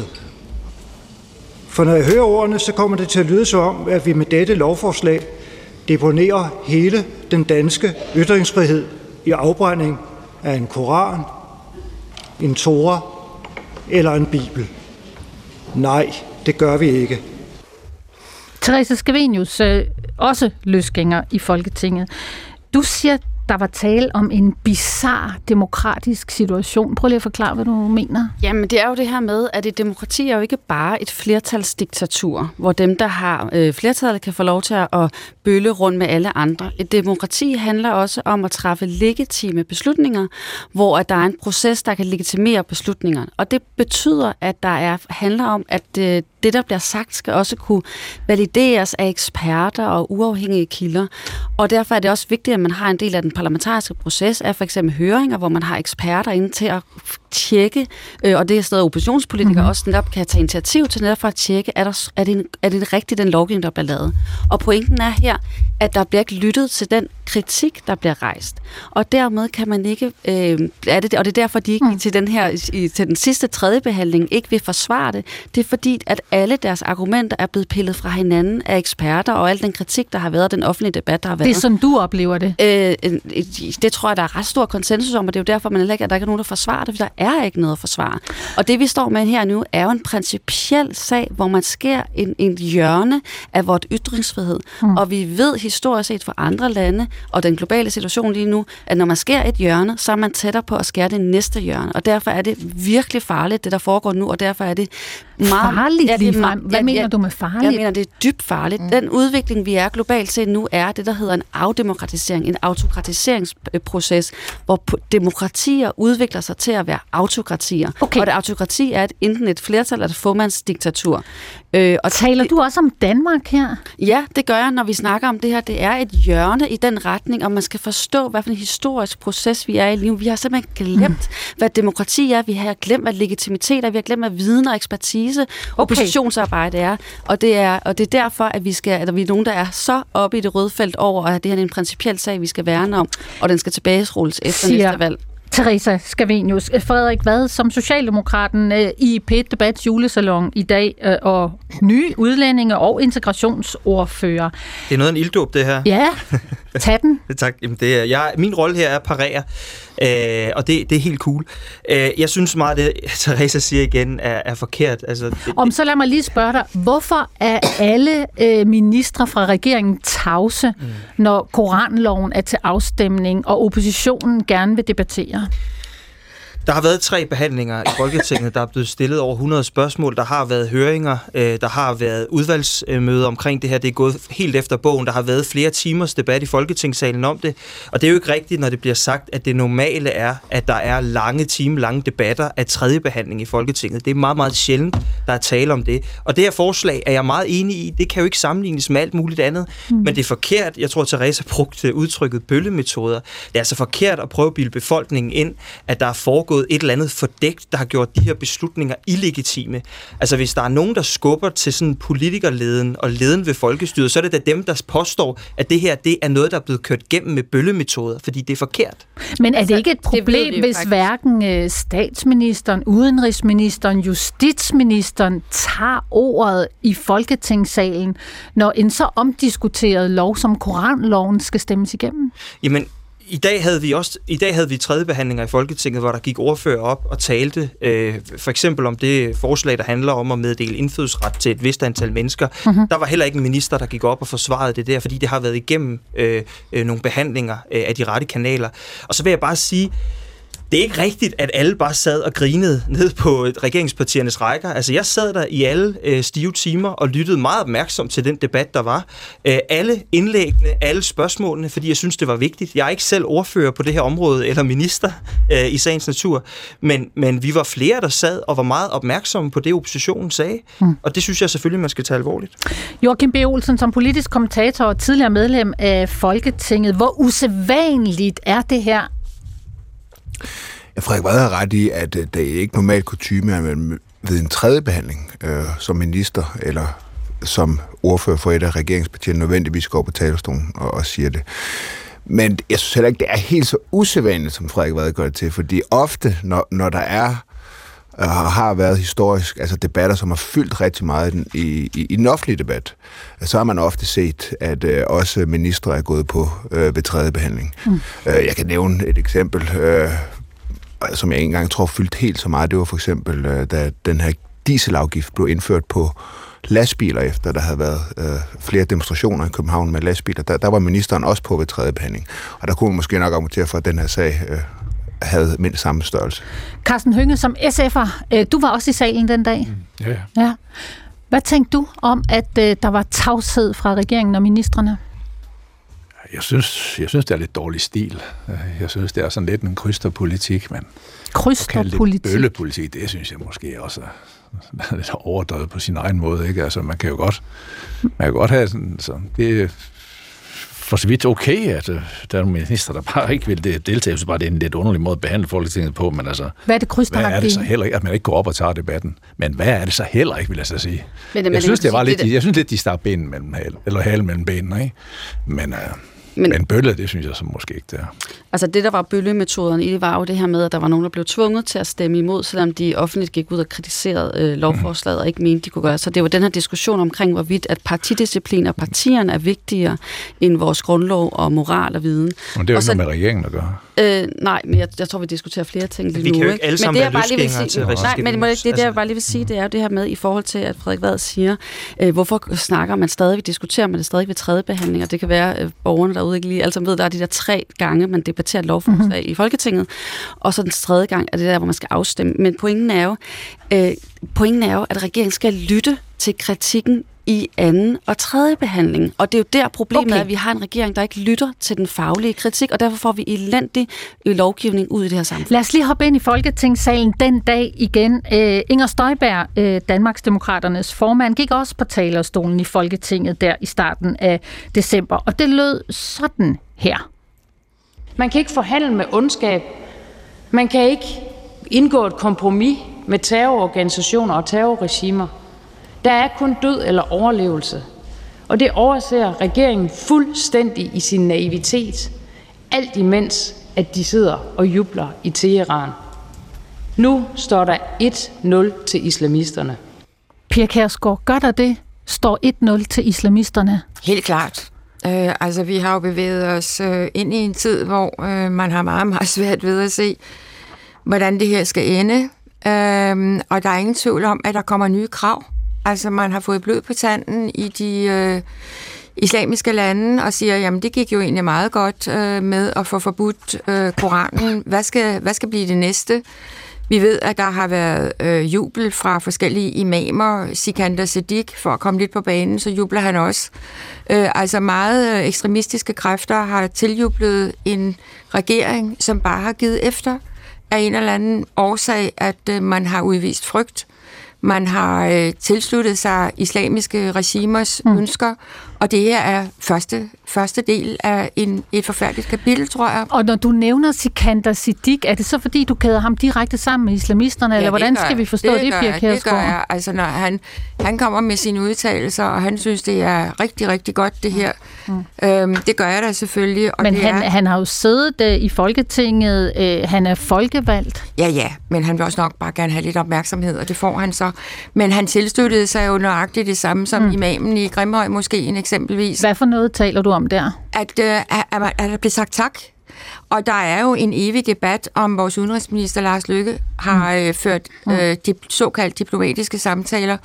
For når jeg hører ordene, så kommer det til at lyde som om, at vi med dette lovforslag deponerer hele den danske ytringsfrihed i afbrænding af en koran, en tora eller en bibel. Nej, det gør vi ikke. Therese Scavenius, også løsgænger i Folketinget. Du siger, der var tale om en bizarre demokratisk situation. Prøv lige at forklare, hvad du mener. Jamen, det er jo det her med, at et demokrati er jo ikke bare et flertalsdiktatur, hvor dem, der har flertallet, kan få lov til at bølle rundt med alle andre. Et demokrati handler også om at træffe legitime beslutninger, hvor at der er en proces, der kan legitimere beslutningerne. Og det betyder, at der handler om, at det, der bliver sagt, skal også kunne valideres af eksperter og uafhængige kilder. Og derfor er det også vigtigt, at man har en del af den parlamentariske proces af for eksempel høringer, hvor man har eksperter inde til at tjekke, og det er stadig oppositionspolitikere også netop kan tage initiativ til netop for at tjekke, er det rigtigt, den lovgivning, der bliver lavet. Og pointen er her, at der bliver ikke lyttet til den kritik, der bliver rejst. Og dermed kan man ikke, og det er derfor, de ikke til den sidste tredje behandling ikke vil forsvare det. Det er fordi, at alle deres argumenter er blevet pillet fra hinanden af eksperter, og al den kritik, der har været, den offentlige debat, der har været. Det er sådan, du oplever det? Det tror jeg, der er ret stor konsensus om, og det er jo derfor, at der ikke er nogen, der forsvarer det, for der er ikke noget at forsvare. Og det, vi står med her nu, er jo en principiel sag, hvor man skærer en hjørne af vores ytringsfrihed. Og vi ved historisk set fra andre lande, og den globale situation lige nu, at når man skærer et hjørne, så er man tættere på at skære det næste hjørne. Og derfor er det virkelig farligt, det der foregår nu, og derfor er det meget... Farligt ligefrem? Hvad mener du med farligt? Jeg mener, det er dybt farligt. Den udvikling, vi er globalt set nu, er det, der hedder en afdemokratisering, en autokratiseringsproces, hvor demokratier udvikler sig til at være autokratier. Okay. Og det autokrati er enten et flertal eller et formandsdiktatur. Og taler du også om Danmark her? Ja, det gør jeg, når vi snakker om det her. Det er et hjørne i den retning, og man skal forstå, hvad for en historisk proces vi er i lige nu. Vi har simpelthen glemt, hvad demokrati er. Vi har glemt, hvad legitimitet er. Vi har glemt, hvad viden og ekspertise og oppositionsarbejde er. Og det er derfor, at vi er nogen, der er så oppe i det røde felt over, at det her er en principiel sag, vi skal værne om, og den skal tilbagerulles efter næste valg. Teresa Scavenius. Frederik Vad, som Socialdemokraten i P1 Debats julesalon i dag, og nye udlændinge- og integrationsordfører. Det er noget af en ilddåb, det her. Ja, tag den. Tak. Jamen, min rolle her er at parere, og det er helt cool. Jeg synes meget, det Teresa siger igen, er forkert. Altså, så lad mig lige spørge dig, hvorfor er alle ministre fra regeringen tavse, når koranloven er til afstemning, og oppositionen gerne vil debattere? Der har været 3 behandlinger i Folketinget, der er blevet stillet over 100 spørgsmål, der har været høringer, der har været udvalgsmøder omkring det her, det er gået helt efter bogen, der har været flere timers debat i Folketingssalen om det, og det er jo ikke rigtigt, når det bliver sagt, at det normale er, at der er lange debatter af 3. behandling i Folketinget. Det er meget, meget sjældent, der er tale om det. Og det her forslag er jeg meget enig i, det kan jo ikke sammenlignes med alt muligt andet, men det er forkert, jeg tror, Teresa brugte udtrykket bøllemetoder, det er altså forkert at prøve at bilde befolkningen ind, at der er foregået et eller andet fordækt, der har gjort de her beslutninger illegitime. Altså hvis der er nogen, der skubber til sådan politikerleden og leden ved folkestyret, så er det da dem, der påstår, at det her det er noget, der er blevet kørt gennem med bøllemetoder, fordi det er forkert. Men er det ikke et problem, hvis hverken statsministeren, udenrigsministeren, justitsministeren tager ordet i Folketingssalen, når en så omdiskuteret lov som koranloven skal stemmes igennem? Jamen, I dag havde vi 3. behandlinger i Folketinget, hvor der gik ordfører op og talte for eksempel om det forslag, der handler om at meddele indfødsret til et vist antal mennesker. Der var heller ikke en minister, der gik op og forsvarede det der, fordi det har været igennem nogle behandlinger af de rette kanaler. Og så vil jeg bare sige, det er ikke rigtigt, at alle bare sad og grinede ned på regeringspartiernes rækker. Altså, jeg sad der i alle stive timer og lyttede meget opmærksomt til den debat, der var. Alle indlæggene, alle spørgsmålene, fordi jeg synes, det var vigtigt. Jeg er ikke selv ordfører på det her område, eller minister i sagens natur, men vi var flere, der sad og var meget opmærksomme på det, oppositionen sagde. Og det synes jeg selvfølgelig, man skal tage alvorligt. Joachim B. Olsen, som politisk kommentator og tidligere medlem af Folketinget, hvor usædvanligt er det her? Frederik Vad har ret i, at det er ikke normalt kutyme, at man ved en 3. behandling som minister eller som ordfører for et af regeringspartierne nødvendigvis går på talerstolen og siger det. Men jeg synes heller ikke, det er helt så usædvanligt, som Frederik Vad gør det til, fordi ofte, når der er og har været historisk, altså debatter, som har fyldt rigtig meget i den offentlige debat, så har man ofte set, at også ministre er gået på ved 3. behandling. Jeg kan nævne et eksempel, som jeg ikke engang tror fyldt helt så meget. Det var for eksempel, da den her dieselafgift blev indført på lastbiler, efter der havde været flere demonstrationer i København med lastbiler. Der var ministeren også på ved tredje behandling. Og der kunne man måske nok argumentere for, at den her sag havde mindst samme størrelse. Carsten Hønge, som SF'er, du var også i salen den dag. Ja. Hvad tænkte du om, at der var tavshed fra regeringen og ministrene? Jeg synes, det er lidt dårlig stil. Jeg synes, det er sådan lidt en krysterpolitik, men krysterpolitik? Bøllepolitik, det synes jeg måske også er lidt overdrevet på sin egen måde, ikke? Altså, man kan jo godt have sådan det er for så vidt okay, at der er nogle minister, der bare ikke vil deltage, så bare det er en lidt underlig måde at behandle Folketinget på, men altså, hvad er det krysteragtige? Hvad er det så heller ikke, at man ikke går op og tager debatten? Men hvad er det så heller ikke, vil jeg så sige? Jeg synes lidt, de stak halen mellem benene, ikke? Men bølle, det synes jeg så måske ikke, det er. Altså det, der var bøllemetoderne i det, var jo det her med, at der var nogen, der blev tvunget til at stemme imod, selvom de offentligt gik ud og kritiserede lovforslaget og ikke mente, de kunne gøre. Så det var den her diskussion omkring, hvorvidt at partidisciplin og partierne er vigtigere end vores grundlov og moral og viden. Men det er jo ikke noget med regeringen at gøre. Nej, men jeg tror, vi diskuterer flere ting lige nu. Vi kan jo ikke alle sammen være løsgængere til Nej, men det jeg bare lige vil sige, det er jo det her med, i forhold til, at Frederik Vad siger, hvorfor snakker man stadig, vi diskuterer man det stadig ved tredje behandling, og det kan være, at borgerne derude ikke lige alle sammen ved, der er de der 3 gange, man debatterer et lovforslag i Folketinget, og så den tredje gang er det der, hvor man skal afstemme. Men pointen er jo, at regeringen skal lytte til kritikken i anden og tredje behandling. Og det er jo der problemet er, at vi har en regering, der ikke lytter til den faglige kritik, og derfor får vi elendig lovgivning ud i det her samfund. Lad os lige hoppe ind i Folketingssalen den dag igen. Inger Støjberg, Danmarksdemokraternes formand, gik også på talerstolen i Folketinget der i starten af december, og det lød sådan her. Man kan ikke forhandle med ondskab. Man kan ikke indgå et kompromis med terrororganisationer og terrorregimer. Der er kun død eller overlevelse. Og det overser regeringen fuldstændig i sin naivitet. Alt imens, at de sidder og jubler i Teheran. Nu står der 1-0 til islamisterne. Pia Kjærsgaard, gør der det? Står 1-0 til islamisterne? Helt klart. Altså, vi har jo bevæget os ind i en tid, hvor man har meget, meget svært ved at se, hvordan det her skal ende. Og der er ingen tvivl om, at der kommer nye krav. Altså, man har fået blod på tanden i de islamiske lande og siger, jamen, det gik jo egentlig meget godt med at få forbudt Koranen. Hvad skal blive det næste? Vi ved, at der har været jubel fra forskellige imamer. Sikander Siddiq, for at komme lidt på banen, så jubler han også. Altså meget ekstremistiske kræfter har tiljublet en regering, som bare har givet efter af en eller anden årsag, at man har udvist frygt. Man har tilsluttet sig islamiske regimers ønsker, og det her er første del af et forfærdeligt kapitel, tror jeg. Og når du nævner Sikander Siddiq, er det så fordi, du kæder ham direkte sammen med islamisterne, eller hvordan skal vi forstå det, Pia Kjærsgaard? Det gør jeg. Altså, når han kommer med sine udtalelser, og han synes, det er rigtig, rigtig godt, det her. Det gør jeg da selvfølgelig. Og men han har jo siddet i Folketinget, han er folkevalgt. Ja, men han vil også nok bare gerne have lidt opmærksomhed, og det får han så. Men han tilsluttede sig jo nøjagtigt det samme som imamen i Grimhøj Moskeen eksempelvis. Hvad for noget taler du om der? At der blev sagt tak. Og der er jo en evig debat om, vores udenrigsminister Lars Løkke har ført såkaldt diplomatiske samtaler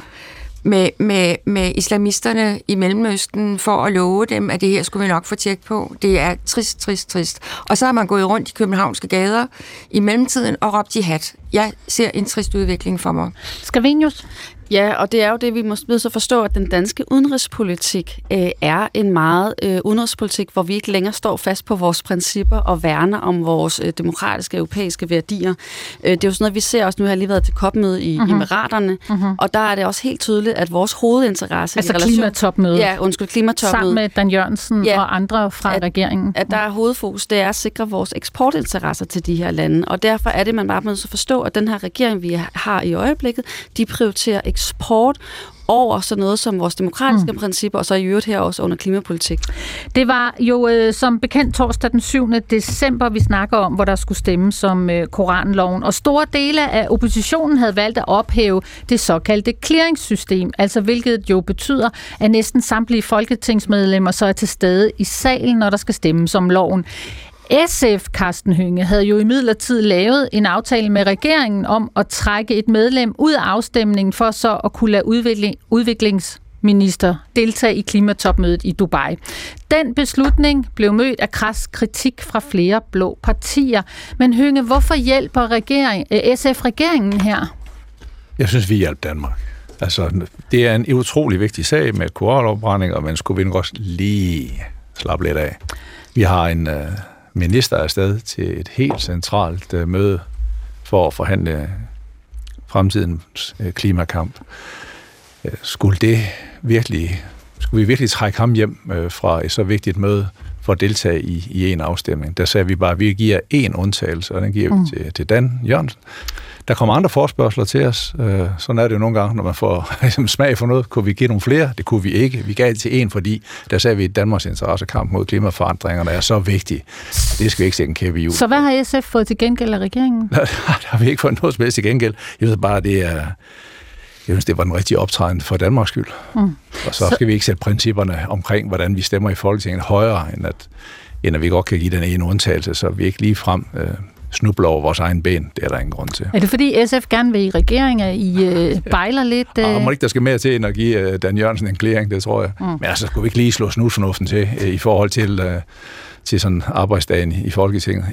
med islamisterne i Mellemøsten for at love dem, at det her skulle vi nok få tjek på. Det er trist. Og så har man gået rundt i københavnske gader i mellemtiden og råbt jihad. Jeg ser en trist udvikling for mig. Scavenius? Ja, og det er jo det, vi må så forstå, at den danske udenrigspolitik er en meget udenrigspolitik, hvor vi ikke længere står fast på vores principper og værner om vores demokratiske europæiske værdier. Det er jo sådan noget, vi ser også nu, har lige været til COP-møde i Emiraterne, og der er det også helt tydeligt, at vores hovedinteresse altså klimatopmødet. Ja, klimatopmødet. Sammen med Dan Jørgensen og andre fra regeringen. At der er hovedfokus, det er at sikre vores eksportinteresser til de her lande, og derfor er det, man bare må så forstå, at den her regering, vi har i øjeblikket, de prioriterer eksport over sådan noget som vores demokratiske principper, og så i øvrigt her også under klimapolitik. Det var jo som bekendt torsdag den 7. december, vi snakker om, hvor der skulle stemmes om koranloven, og store dele af oppositionen havde valgt at ophæve det såkaldte clearingssystem, altså hvilket jo betyder, at næsten samtlige folketingsmedlemmer så er til stede i salen, når der skal stemmes om loven. SF, Karsten Hønge, havde jo imidlertid lavet en aftale med regeringen om at trække et medlem ud af afstemningen for så at kunne lade udviklingsminister deltage i klimatopmødet i Dubai. Den beslutning blev mødt af kras kritik fra flere blå partier. Men Hønge, hvorfor hjælper SF regeringen her? Jeg synes, vi hjælper Danmark. Altså, det er en utrolig vigtig sag med koranafbrænding, og man skulle vi også lige slappe lidt af. Vi har en minister afsted til et helt centralt møde for at forhandle fremtidens klimakamp. Skulle vi virkelig trække ham hjem fra et så vigtigt møde for at deltage i en afstemning? Der sagde vi bare, at vi giver én undtagelse, og den giver vi til Dan Jørgensen. Der kommer andre forespørgsler til os. Sådan er det jo nogle gange, når man får smag for noget. Kunne vi give nogle flere? Det kunne vi ikke. Vi gav det til en, fordi der sagde vi, at Danmarks interessekamp mod klimaforandringerne er så vigtig. Det skal vi ikke sætte en kæppe i jul. Så hvad har SF fået til gengæld af regeringen? Der har vi ikke fået noget som helst til gengæld. Jeg synes bare, jeg synes, det var den rigtige optræden for Danmarks skyld. Og så skal vi ikke sætte principperne omkring, hvordan vi stemmer i Folketinget højere, end at vi godt kan give den ene undtagelse, så vi ikke lige frem snubler over vores egen ben. Det er der ingen grund til. Er det fordi SF gerne vil i regering, at I bejler lidt? Må ikke der skal mere til, end at give Dan Jørgensen en klæring, det tror jeg. Men altså, skulle vi ikke lige slå snusfornuften til i forhold til sådan arbejdsdagen i Folketinget?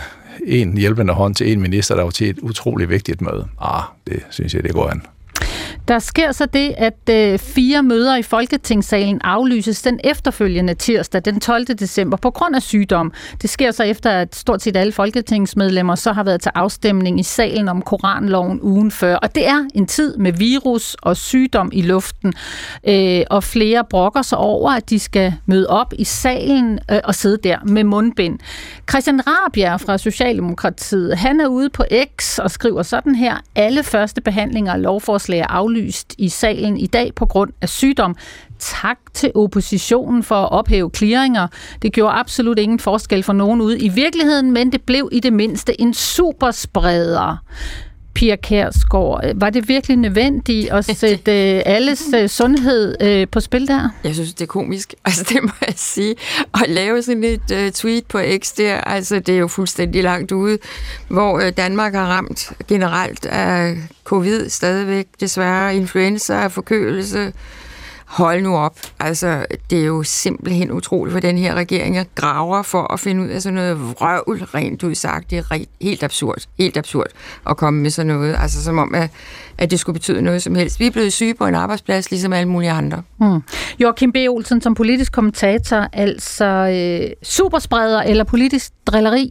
En hjælpende hånd til en minister, der var til et utroligt vigtigt møde. Det synes jeg, det går an. Der sker så det, at 4 møder i Folketingssalen aflyses den efterfølgende tirsdag, den 12. december, på grund af sygdom. Det sker så efter, at stort set alle folketingsmedlemmer så har været til afstemning i salen om koranloven ugen før. Og det er en tid med virus og sygdom i luften, og flere brokker sig over, at de skal møde op i salen og sidde der med mundbind. Christian Rabjerg fra Socialdemokratiet, han er ude på X og skriver sådan her: alle første behandlinger af lovforslag er aflyst i salen i dag på grund af sygdom. Tak til oppositionen for at ophæve clearinger. Det gjorde absolut ingen forskel for nogen ude i virkeligheden, men det blev i det mindste en superspreder. Pia Kjærsgaard, var det virkelig nødvendigt at sætte alles sundhed på spil der? Jeg synes, det er komisk. Altså, det må jeg sige. At lave sådan et tweet på X der, altså, det er jo fuldstændig langt ude, hvor Danmark har ramt generelt af covid stadigvæk, desværre influenza, forkølelse. Hold nu op. Altså, det er jo simpelthen utroligt, for den her regering graver for at finde ud af sådan noget vrøvl, rent ud sagt. Det er helt absurd at komme med sådan noget. Altså, som om, at det skulle betyde noget som helst. Vi er blevet syge på en arbejdsplads, ligesom alle mulige andre. Joachim B. Olsen som politisk kommentator, altså superspreder eller politisk drilleri?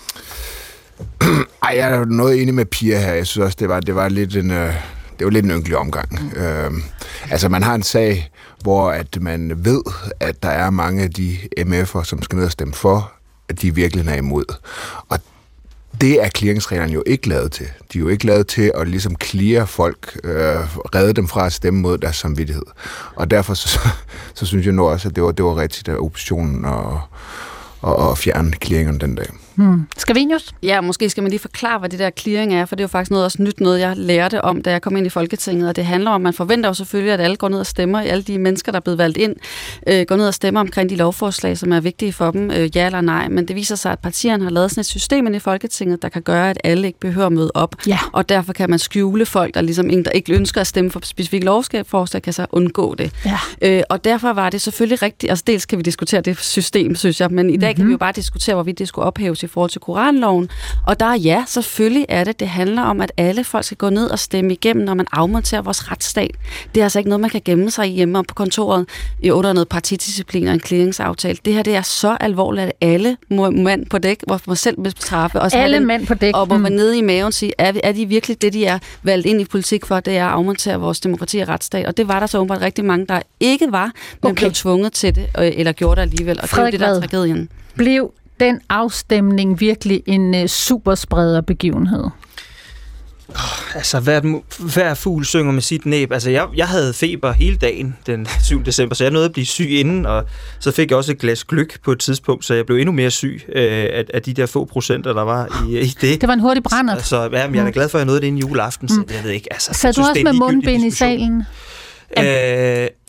Jeg er noget enig med Pia her. Jeg synes også, det var lidt en... Det var lidt en ynkelig omgang. Altså, man har en sag, hvor at man ved, at der er mange af de MF'er, som skal ned og stemme for, at de virkelig er imod. Og det er clearingsreglerne jo ikke lavet til. De er jo ikke lavet til at ligesom cleare folk, redde dem fra at stemme mod deres samvittighed. Og derfor så synes jeg nu også, at det var rigtigt af oppositionen og fjerne clearingerne den dag. Scavenius? Ja, måske skal man lige forklare, hvad det der clearing er, for det er jo faktisk noget, jeg lærte om, da jeg kom ind i Folketinget, og det handler om, at man forventer jo selvfølgelig, at alle går ned og stemmer, alle de mennesker, der er blevet valgt ind, går ned og stemmer omkring de lovforslag, som er vigtige for dem, ja eller nej, men det viser sig, at partierne har lavet sådan et system ind i Folketinget, der kan gøre, at alle ikke behøver at møde op, og derfor kan man skjule folk, der ligesom der ikke ønsker at stemme for specifikke lovforslag, kan så undgå det. Og derfor var det selvfølgelig rigtigt, altså dels kan vi diskutere det system, synes jeg, men i dag kan vi jo bare diskutere, hvorvidt det skulle ophæves i forhold til koranloven. Og der selvfølgelig er det. Det handler om, at alle folk skal gå ned og stemme igennem, når man afmonterer vores retsstat. Det er altså ikke noget, man kan gemme sig hjemme på kontoret under noget partidisciplin og en clearingsaftale. Det her, det er så alvorligt, at alle mand på dæk, hvor man selv vil træffe. Og alle mænd på dæk. Og hvor man nede i maven siger, er de virkelig det, de er valgt ind i politik for, det er at afmontere vores demokrati og retsstat. Og det var der så åbenbart rigtig mange, der ikke var, men blev tvunget til det, eller gjorde det alligevel. Og det er det, der er tragedien. Blev den afstemning virkelig en superspreder begivenhed? Altså, hver fugl synger med sit næb. Altså, jeg havde feber hele dagen den 7. december, så jeg nåede at blive syg inden, og så fik jeg også et glas gløgg på et tidspunkt, så jeg blev endnu mere syg af de der få procenter, der var i det. Det var en hurtig brænder. Altså, jeg er da glad for, at jeg nåede det inden juleaften, så jeg ved ikke. Altså, så du også med mundbind i salen?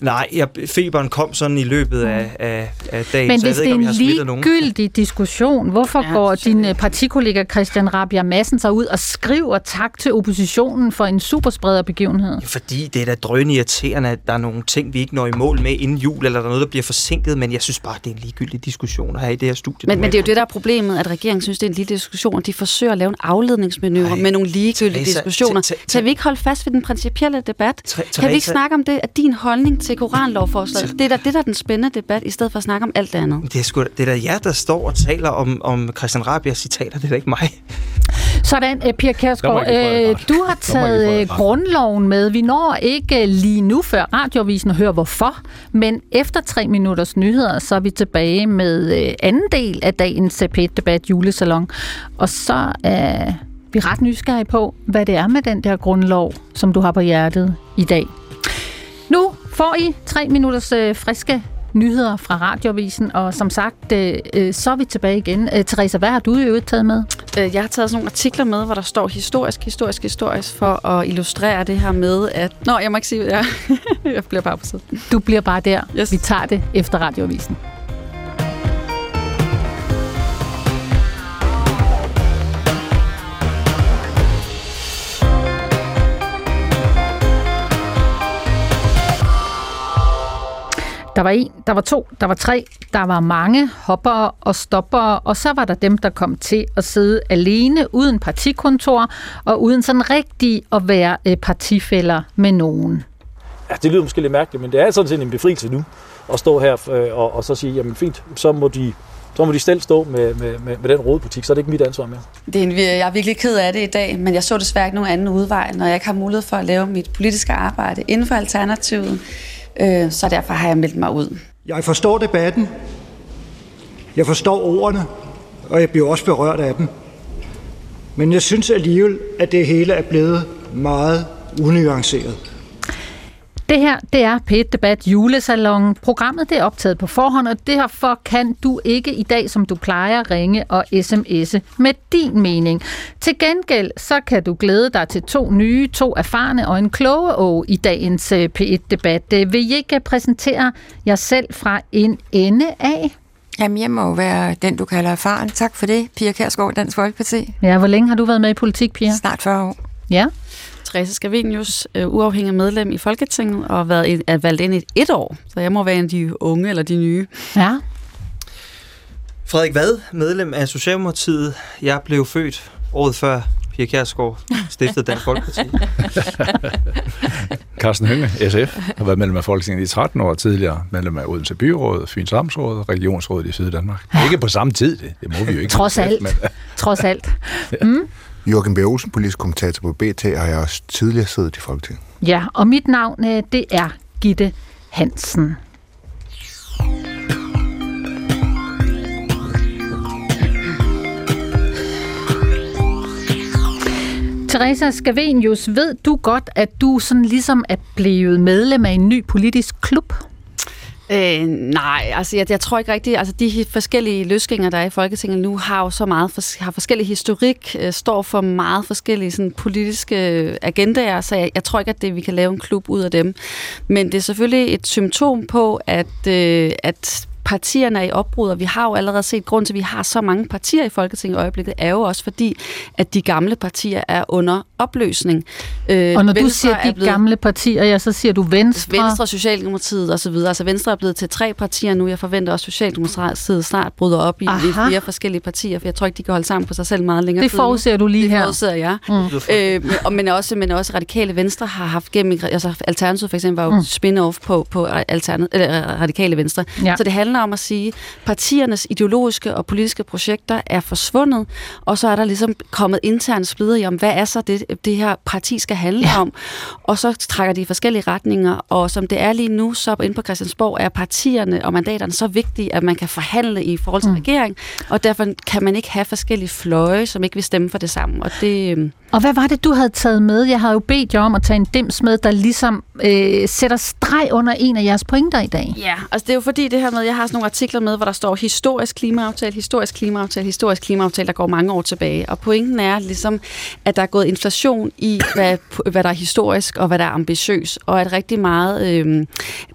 Nej, feberen kom sådan i løbet af dagen, men så jeg ved ikke, om jeg har smittet nogen. Men hvis det er en ligegyldig diskussion, hvorfor går din partikollega Christian Rabjerg Madsen så ud og skriver tak til oppositionen for en supersprederbegivenhed? Fordi det er da drønende irriterende, at der er nogle ting, vi ikke når i mål med inden jul, eller der er noget, der bliver forsinket, men jeg synes bare, det er en ligegyldig diskussion at have i det her studie. Men det er jo det, der er problemet, at regeringen synes, det er en lille diskussion, og de forsøger at lave en afledningsmanøvre med nogle ligegyldige diskussioner. Kan vi ikke holde fast ved den principielle debat? Kan vi ikke snakke om det, at din holdning til koranlovforslaget, det er der den spændende debat, i stedet for at snakke om alt det andet? Det er da jer, der står og taler om Christian Rabjergs citater, det er da ikke mig. Sådan, Pia Kjærsgaard, du har taget grundloven med. Vi når ikke lige nu før Radioavisen at høre hvorfor, men efter 3 minutters nyheder, så er vi tilbage med anden del af dagens P1-debat julesalon. Og så er vi ret nysgerrige på, hvad det er med den der grundlov, som du har på hjertet i dag. Nu får I 3 minutters friske nyheder fra Radioavisen, og som sagt, så er vi tilbage igen. Teresa, hvad har du i øvrigt taget med? Jeg har taget sådan nogle artikler med, hvor der står historisk, for at illustrere det her med, at... Nå, jeg må ikke sige, ja. Jeg bliver bare på siden. Du bliver bare der. Yes. Vi tager det efter Radioavisen. Der var 1, der var 2, der var 3, der var mange hoppere og stoppere, og så var der dem, der kom til at sidde alene, uden partikontor, og uden sådan rigtig at være partifæller med nogen. Ja, det lyder måske lidt mærkeligt, men det er sådan set en befrielse nu, at stå her og så sige, jamen fint, så må de selv stå med den rådebutik, så er det ikke mit ansvar mere. Jeg er virkelig ked af det i dag, men jeg så desværre ikke nogen anden udvej, når jeg ikke har mulighed for at lave mit politiske arbejde inden for Alternativet. Så derfor har jeg meldt mig ud. Jeg forstår debatten, jeg forstår ordene, og jeg bliver også berørt af dem. Men jeg synes alligevel, at det hele er blevet meget unuanceret. Det her, det er P1-debat julesalon. Programmet det er optaget på forhånd, og derfor kan du ikke i dag, som du plejer, ringe og sms'e med din mening. Til gengæld, så kan du glæde dig til 2 nye, 2 erfarne og en klogeåge i dagens P1-debat. Vil I ikke præsentere jer selv fra en ende af? Jamen, jeg må være den, du kalder erfaren. Tak for det, Pia Kjærsgaard, Dansk Folkeparti. Ja, hvor længe har du været med i politik, Pia? Snart 40 år. Ja. Teresa Scavenius, uafhængig medlem i Folketinget, og er valgt ind i 1 år. Så jeg må være en af de unge eller de nye. Ja. Frederik Vad, medlem af Socialdemokratiet. Jeg blev født året før Pia Kjærsgaard stiftede Dansk Folkeparti. Carsten Hønge, SF, har været medlem af Folketinget i 13 år, tidligere medlem af Odense Byråd, Fyns Amtsråd, Regionsrådet i Syddanmark. Ja. Ikke på samme tid, det må vi jo ikke. Trods alt. Trods alt. Mm. Joachim B. Olsen, politisk kommentator på BT, og jeg har også tidligere siddet i Folketinget. Ja, og mit navn, det er Gitte Hansen. Teresa Scavenius, ved du godt, at du sådan ligesom er blevet medlem af en ny politisk klub? Nej, altså jeg tror ikke rigtigt, altså de forskellige løsgænger, der er i Folketinget nu, har jo så meget har forskellig historik, står for meget forskellige sådan, politiske agendaer, så jeg tror ikke, at vi kan lave en klub ud af dem. Men det er selvfølgelig et symptom på, at partierne er i opbrud, og vi har jo allerede set grund til, at vi har så mange partier i Folketinget i øjeblikket, er jo også fordi, at de gamle partier er under opløsning. Og når du siger de gamle partier, ja, så siger du Venstre. Venstre, Socialdemokratiet osv. Altså Venstre er blevet til 3 partier nu. Jeg forventer også, at Socialdemokratiet snart bryder op i flere forskellige partier, for jeg tror ikke, de kan holde sammen på sig selv meget længere. Det forudser du lige her. Det forudser jeg. Men også Radikale Venstre har haft gennem, altså Alternativet for eksempel var jo spin-off på Radikale Venstre. Ja. Så det handler om at sige, at partiernes ideologiske og politiske projekter er forsvundet, og så er der ligesom kommet intern splitter i om, hvad er så det her parti skal handle om, og så trækker de i forskellige retninger, og som det er lige nu, så inde på Christiansborg er partierne og mandaterne så vigtige, at man kan forhandle i forhold til regering, og derfor kan man ikke have forskellige fløje, som ikke vil stemme for det samme. Og hvad var det, du havde taget med? Jeg havde jo bedt jer om at tage en dims med, der ligesom sætter streg under en af jeres pointer i dag. Ja, altså det er jo fordi det her med, jeg har sådan nogle artikler med, hvor der står historisk klimaaftale, der går mange år tilbage. Og pointen er ligesom, at der er gået inflation i, hvad der er historisk og hvad der er ambitiøs, og at rigtig meget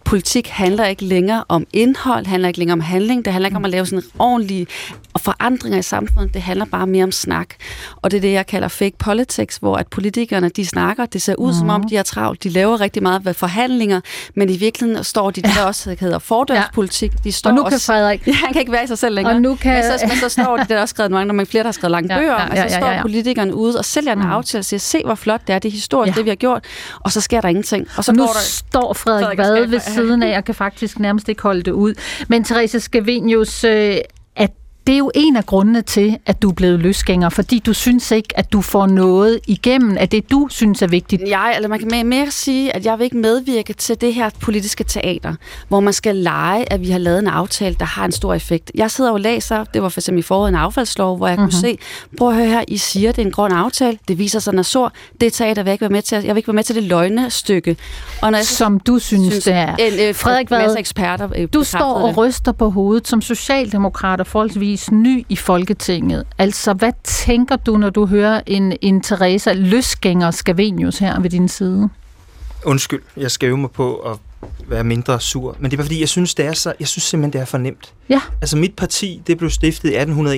politik handler ikke længere om indhold, handler ikke længere om handling, det handler ikke om at lave sådan ordentlige forandringer i samfundet, det handler bare mere om snak. Og det er det, jeg kalder fake politics, hvor at politikerne, de snakker, det ser ud som om, de er travlt, de laver rigtig meget ved forhandlinger, men i virkeligheden står de der også, hedder fordørspolitik, de står og nu også, kan Frederik... Ja, han kan ikke være i sig selv længere. Og nu kan... men så står de der også skrevet mange flere, der har skrevet lange bøger, så står politikerne ude og sælger en aftale og siger, se hvor flot det er, det er historisk, det vi har gjort, og så sker der ingenting. Og så nu går der, står Frederik Vad ved siden af, og kan faktisk nærmest ikke holde det ud. Men Theresa Scavenius, at det er jo en af grundene til, at du er blevet løsgænger, fordi du synes ikke, at du får noget igennem af det, du synes er vigtigt. Eller man kan mere sige, at jeg vil ikke medvirke til det her politiske teater, hvor man skal lege, at vi har lavet en aftale, der har en stor effekt. Jeg sidder og læser, det var for eksempel i foråret en affaldslov, hvor jeg kunne se, prøv at høre her, I siger, det er en grøn aftale, det viser sig, den er sort, det teater vil jeg ikke være med til, jeg vil ikke være med til det løgnestykke. Og når jeg som du synes, det er. Frederik Vad, eksperter, du står og ryster på hovedet som socialdemokrat og forholdsvis ny i Folketinget. Altså, hvad tænker du, når du hører en Theresa løsgænger Scavenius her ved din side? Undskyld, jeg skal øve mig på at være mindre sur, men det er bare fordi, jeg synes simpelthen, det er for nemt. Ja. Altså, mit parti, det blev stiftet i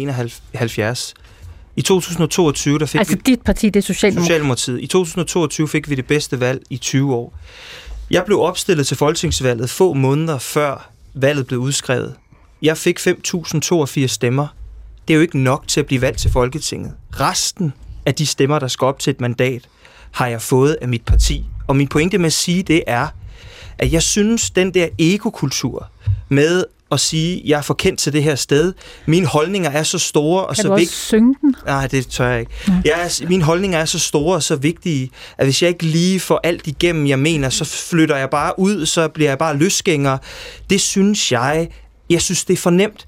1871. I 2022, der fik altså, dit parti, det er Socialdemokratiet. I 2022 fik vi det bedste valg i 20 år. Jeg blev opstillet til folketingsvalget få måneder før valget blev udskrevet. Jeg fik 5.082 stemmer. Det er jo ikke nok til at blive valgt til Folketinget. Resten af de stemmer, der skal op til et mandat, har jeg fået af mit parti. Og min pointe med at sige det er, at jeg synes, den der ekokultur med at sige, jeg er for kendt til det her sted, mine holdninger er så store og så vigtige. Kan du også synge den? Nej, det tør jeg ikke. Mine holdninger er så store og så vigtige, at hvis jeg ikke lige får alt igennem, jeg mener, så flytter jeg bare ud, så bliver jeg bare løsgænger. Det synes jeg synes, det er for nemt.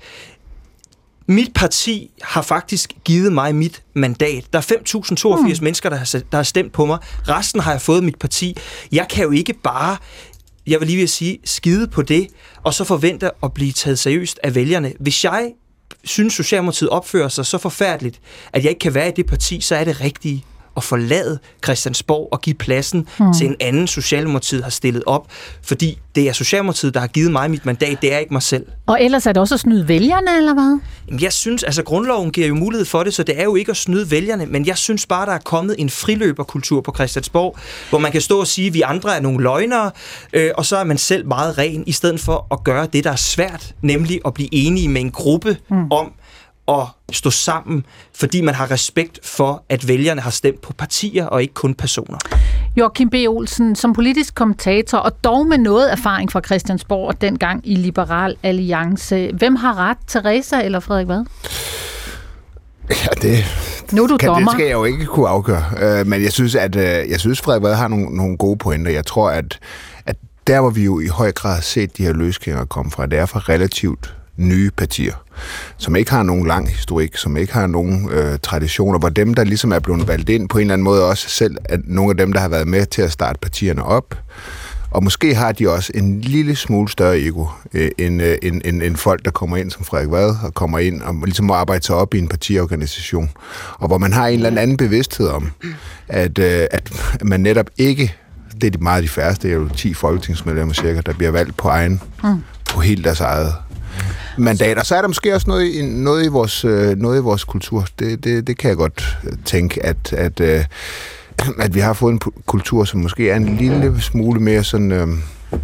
Mit parti har faktisk givet mig mit mandat. Der er 5.082 mennesker, der har stemt på mig. Resten har jeg fået mit parti. Jeg kan jo ikke bare, jeg vil lige sige, skide på det, og så forvente at blive taget seriøst af vælgerne. Hvis jeg synes, Socialdemokratiet opfører sig så forfærdeligt, at jeg ikke kan være i det parti, så er det rigtigt at forlade Christiansborg og give pladsen til en anden Socialdemokratiet har stillet op, fordi det er Socialdemokratiet, der har givet mig mit mandat, det er ikke mig selv. Og ellers er det også at snyde vælgerne, eller hvad? Jamen, jeg synes, altså grundloven giver jo mulighed for det, så det er jo ikke at snyde vælgerne, men jeg synes bare, der er kommet en friløberkultur på Christiansborg, hvor man kan stå og sige, at vi andre er nogle løgnere, og så er man selv meget ren, i stedet for at gøre det, der er svært, nemlig at blive enige med en gruppe om at stå sammen, fordi man har respekt for, at vælgerne har stemt på partier og ikke kun personer. Joachim B. Olsen, som politisk kommentator og dog med noget erfaring fra Christiansborg og dengang i Liberal Alliance. Hvem har ret, Theresa eller Frederik Vad? Ja, nu er du dommer. Det skal jeg jo ikke kunne afgøre. Men jeg synes, Frederik Vad har nogle gode pointer. Jeg tror, at der, hvor vi jo i høj grad har set de her løsgængere komme fra, det er fra relativt nye partier, som ikke har nogen lang historik, som ikke har nogen traditioner, hvor dem, der ligesom er blevet valgt ind på en eller anden måde også selv, at nogle af dem, der har været med til at starte partierne op, og måske har de også en lille smule større ego end folk, der kommer ind som Frederik Vad, og kommer ind og ligesom må arbejde sig op i en partiorganisation, og hvor man har en eller anden bevidsthed om, at man netop ikke, det er meget de færreste, det er jo 10 folketingsmedlemmer cirka, der bliver valgt på helt deres eget mandater. Så er der måske også noget i vores kultur. Det kan jeg godt tænke, at vi har fået en kultur, som måske er en lille smule mere sådan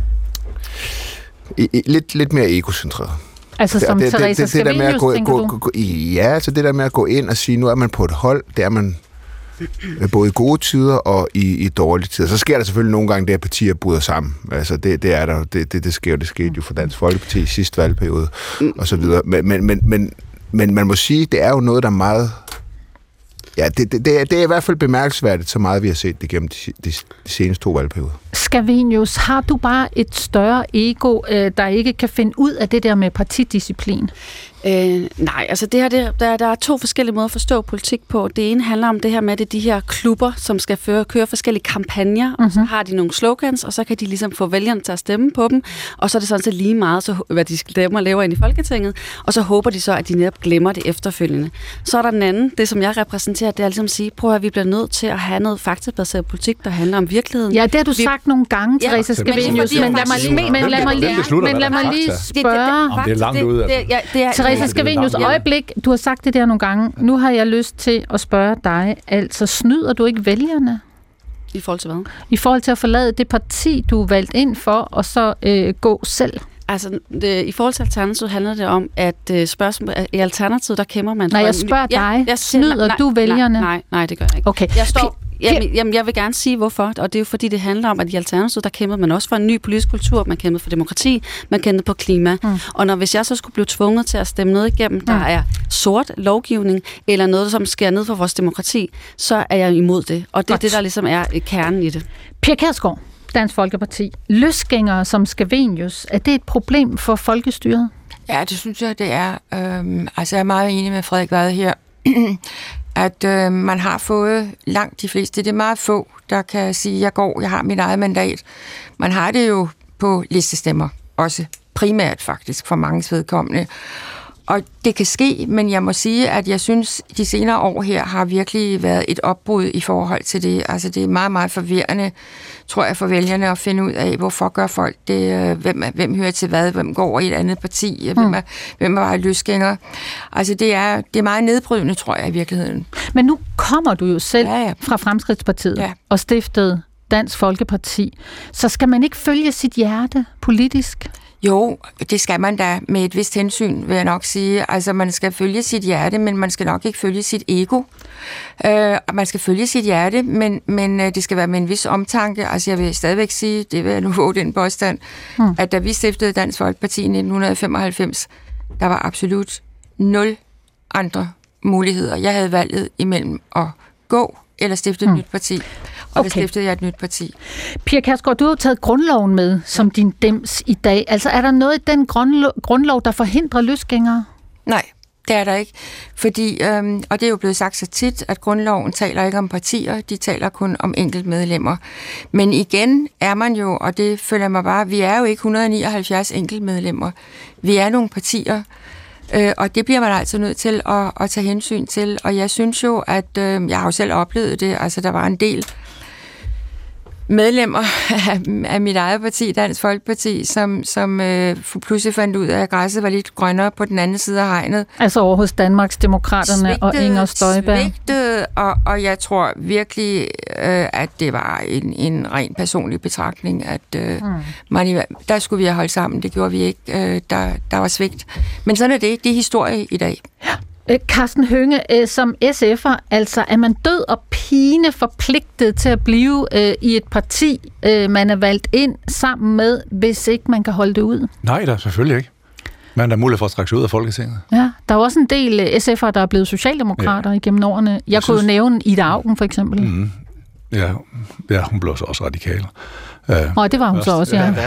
lidt mere egocentreret. Altså som Theresa Scavenius, tænker du? Ja, altså det der med at gå ind og sige, nu er man på et hold, det er man både i gode tider og i dårlige tider. Så sker der selvfølgelig nogle gange, at partier bryder sammen. Altså det er der, det skete jo for Dansk Folkeparti i sidste valgperiode og så videre. Men man må sige, det er jo noget, der er meget. Ja, det er i hvert fald bemærkelsesværdigt, så meget vi har set det gennem de seneste 2 valgperioder. Scavenius, har du bare et større ego, der ikke kan finde ud af det der med partidisciplin? Nej, altså det her, der er 2 forskellige måder at forstå politik på. Det ene handler om det her med, at det er de her klubber, som skal køre forskellige kampagner, og så har de nogle slogans, og så kan de ligesom få vælgerne til at stemme på dem, og så er det sådan set lige meget, så, hvad de stemmer laver ind i Folketinget, og så håber de så, at de netop glemmer det efterfølgende. Så er der den anden, det som jeg repræsenterer, her, det er ligesom at sige, prøv at vi bliver nødt til at have noget faktabaseret politik, der handler om virkeligheden. Ja, det har du sagt nogle gange, Theresa Scavenius, men lad mig lige spørge. Det er langt ude. Theresa Scavenius, øjeblik, du har sagt det der nogle gange. Nu har jeg lyst til at spørge dig, altså snyder du ikke vælgerne? I forhold til hvad? I forhold til at forlade det parti, du er valgt ind for, og så gå selv. Altså, i forhold til Alternativet handler det om, at i Alternativet, der kæmper man... Nej, jeg spørger dig. Snyder du vælgerne? Nej, det gør jeg ikke. Okay. Jeg vil gerne sige, hvorfor. Og det er jo fordi, det handler om, at i Alternativet, der kæmper man også for en ny politisk kultur. Man kæmper for demokrati, man kæmper på klima. Og hvis jeg så skulle blive tvunget til at stemme noget igennem, der er sort lovgivning, eller noget, som skærer ned for vores demokrati, så er jeg imod det. Og det er det, der ligesom er kernen i det. Pia Kjærsgaard, Dansk Folkeparti. Løsgængere som Scavenius, er det et problem for folkestyret? Ja, det synes jeg, det er. Altså, jeg er meget enig med Frederik Vad her, at man har fået langt de fleste. Det er meget få, der kan sige, jeg har mit eget mandat. Man har det jo på listestemmer, også primært faktisk for manges vedkommende. Og det kan ske, men jeg må sige, at jeg synes, de senere år her har virkelig været et opbrud i forhold til det. Altså det er meget, meget forvirrende, tror jeg, for vælgerne at finde ud af, hvorfor gør folk det, hvem hører til hvad, hvem går over i et andet parti, hvem er bare løsgænger. Altså det er meget nedbrydende, tror jeg, i virkeligheden. Men nu kommer du jo selv fra Fremskridtspartiet og stiftede Dansk Folkeparti. Så skal man ikke følge sit hjerte politisk? Jo, det skal man da med et vist hensyn, vil jeg nok sige. Altså, man skal følge sit hjerte, men man skal nok ikke følge sit ego. Man skal følge sit hjerte, men det skal være med en vis omtanke. Altså, jeg vil stadigvæk sige, det vil jeg nu våge den påstand, at da vi stiftede Dansk Folkeparti i 1995, der var absolut 0 andre muligheder. Jeg havde valget imellem at gå eller stifte et nyt parti. Og der stiftede jeg et nyt parti. Pia Kjærsgaard, du har jo taget grundloven med som din dims i dag. Altså er der noget i den grundlov, der forhindrer løsgængere? Nej, det er der ikke. Fordi, og det er jo blevet sagt så tit, at grundloven taler ikke om partier, de taler kun om enkeltmedlemmer. Men igen er man jo, og det føler mig bare, vi er jo ikke 179 enkeltmedlemmer. Vi er nogle partier, og det bliver man altså nødt til at tage hensyn til. Og jeg synes jo, at jeg har jo selv oplevet det, altså der var en del medlemmer af mit eget parti, Dansk Folkeparti, som pludselig fandt ud af, at græsset var lidt grønnere på den anden side af hegnet. Altså over hos Danmarksdemokraterne og Inger Støjberg. Svigtede, og jeg tror virkelig, at det var en ren personlig betragtning, at der skulle vi have holdt sammen. Det gjorde vi ikke. Der var svigt. Men sådan er det. Det er historie i dag. Ja. Karsten Hønge, som SF'er, altså er man død og pine forpligtet til at blive i et parti, man er valgt ind sammen med, hvis ikke man kan holde det ud? Nej, der selvfølgelig ikke. Man er mulighed for at trække sig ud af Folketinget. Ja, der er også en del SF'er, der er blevet socialdemokrater igennem årene. Jeg kunne jo nævne Ida Auken for eksempel. Mm-hmm. Ja, hun blev så også radikal. Og det var hun så også, ja.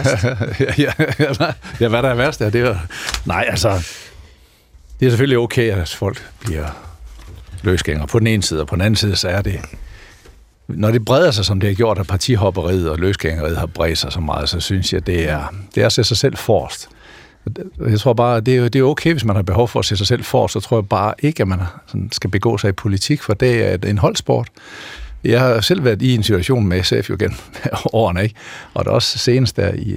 Ja, hvad der er værst, det er... Nej, altså... Det er selvfølgelig okay, at folk bliver løsgængere på den ene side, og på den anden side, så er det... Når det breder sig, som det har gjort, at partihopperiet og løsgængeriet har bredt sig så meget, så synes jeg, det er at sætte sig selv forrest. Jeg tror bare, det er okay, hvis man har behov for at sætte sig selv forrest, så tror jeg bare ikke, at man sådan skal begå sig i politik, for det er en holdsport. Jeg har selv været i en situation med SF jo gennem årene, ikke? Og der også senest der i...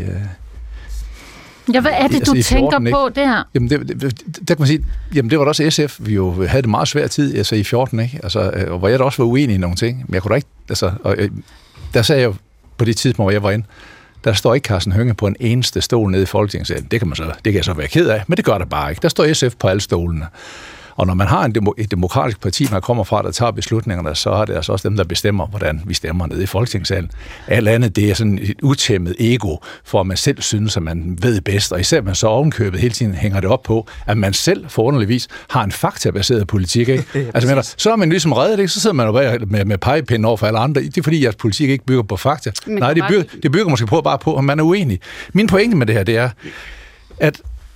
Ja, hvad er det, du tænker på der? Jamen, der kan man sige, jamen det var da også SF, vi jo havde det meget svær tid, altså i 14, ikke? Altså, hvor jeg da også var uenig i nogle ting, men jeg kunne da ikke, altså, der sagde jeg jo på det tidspunkt, hvor jeg var inde, der står ikke Karsten Hønge på en eneste stol nede i Folketingssalen. Det kan jeg så være ked af, men det gør der bare ikke. Der står SF på alle stolene. Og når man har et demokratisk parti, man kommer fra, der tager beslutningerne, så er det altså også dem, der bestemmer, hvordan vi stemmer nede i Folketingssalen. Alt andet, det er sådan et utæmmet ego, for at man selv synes, at man ved bedst. Og især man så ovenkøbet hele tiden hænger det op på, at man selv forunderligvis har en faktabaseret politik. Ikke? Altså, så er man ligesom reddet, ikke? Så sidder man jo bare med pegepinden over for alle andre. Det er fordi, at politik ikke bygger på fakta. Nej, det bygger måske bare på, at man er uenig. Min pointe med det her, det er, at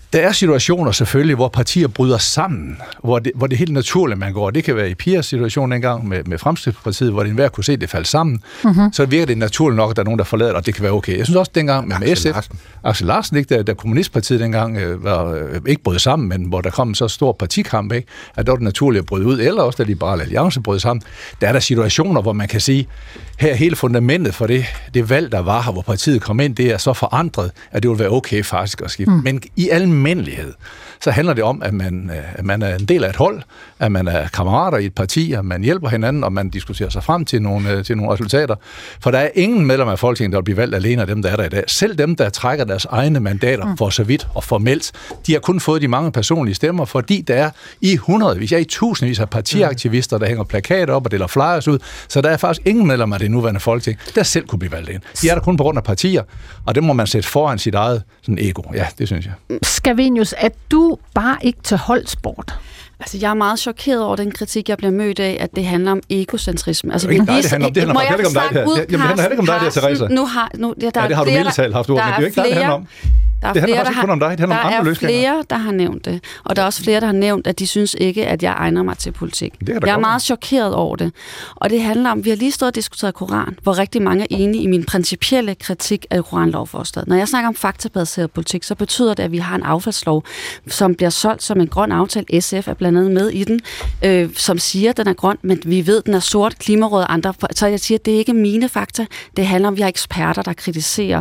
Der er situationer selvfølgelig, hvor partier bryder sammen, hvor det er helt naturligt, man går. Det kan være i Pias situation engang med Fremskridtspartiet, hvor det enhver kunne se, at det faldt sammen. Mm-hmm. Så virker det naturligt nok, at der er nogen, der forlader det, og det kan være okay. Jeg synes også dengang med SF, Axel Larsen, ikke, da Kommunistpartiet dengang var ikke brød sammen, men hvor der kom en så stor partikamp, ikke, at der var det naturligt at bryde ud, eller også da Liberale Alliance brød sammen. Der er der situationer, hvor man kan sige, her hele fundamentet for det valg, der var her, hvor partiet kom ind, det er så forandret, at det vil være okay faktisk at skifte. Men i almindelighed, så handler det om, at man er en del af et hold, at man er kammerater i et parti, at man hjælper hinanden, og man diskuterer sig frem til nogle resultater. For der er ingen medlemmer af Folketinget, der vil blive valgt alene af dem, der er der i dag. Selv dem, der trækker deres egne mandater for så vidt og formelt, de har kun fået de mange personlige stemmer, fordi der er i hundredvis, i tusindvis af partiaktivister, der hænger plakater op og deler flyers ud, så der er faktisk ingen medlemmer af det nuværende Folketing, der selv kunne blive valgt ind. De er der kun på grund af partier, og det må man sætte foran sit eget sådan ego. Ja, det synes jeg. Scavenius, er du bare ikke til holdsport? Altså, jeg er meget chokeret over den kritik, jeg bliver mødt af, at det handler om egocentrisme. Altså, det handler ikke om dig, det her. Jamen, det handler ikke om dig, det her, Theresa. Det har du hele talt haft ord, men det er jo ikke dig, det handler om. Det handler faktisk kun om dig, det handler om andre løsninger. Der er flere, der har nævnt det, og der er også flere, der har nævnt, at de synes ikke, at jeg egner mig til politik. Jeg er meget chokeret over det, og det handler om, vi har lige stået og diskuteret Koran, hvor rigtig mange er enige i min principielle kritik af Koranlovforslaget. Når jeg snakker om faktabaseret politik, så betyder det, at vi har en affaldslov, som bliver solgt som en grøn aftale. SF er blandt andet med i den, som siger, at den er grøn, men vi ved, at den er sort, Klimaråd og andre. Så jeg siger, at det er ikke mine fakta. Det handler om, at vi har eksperter, der kritiserer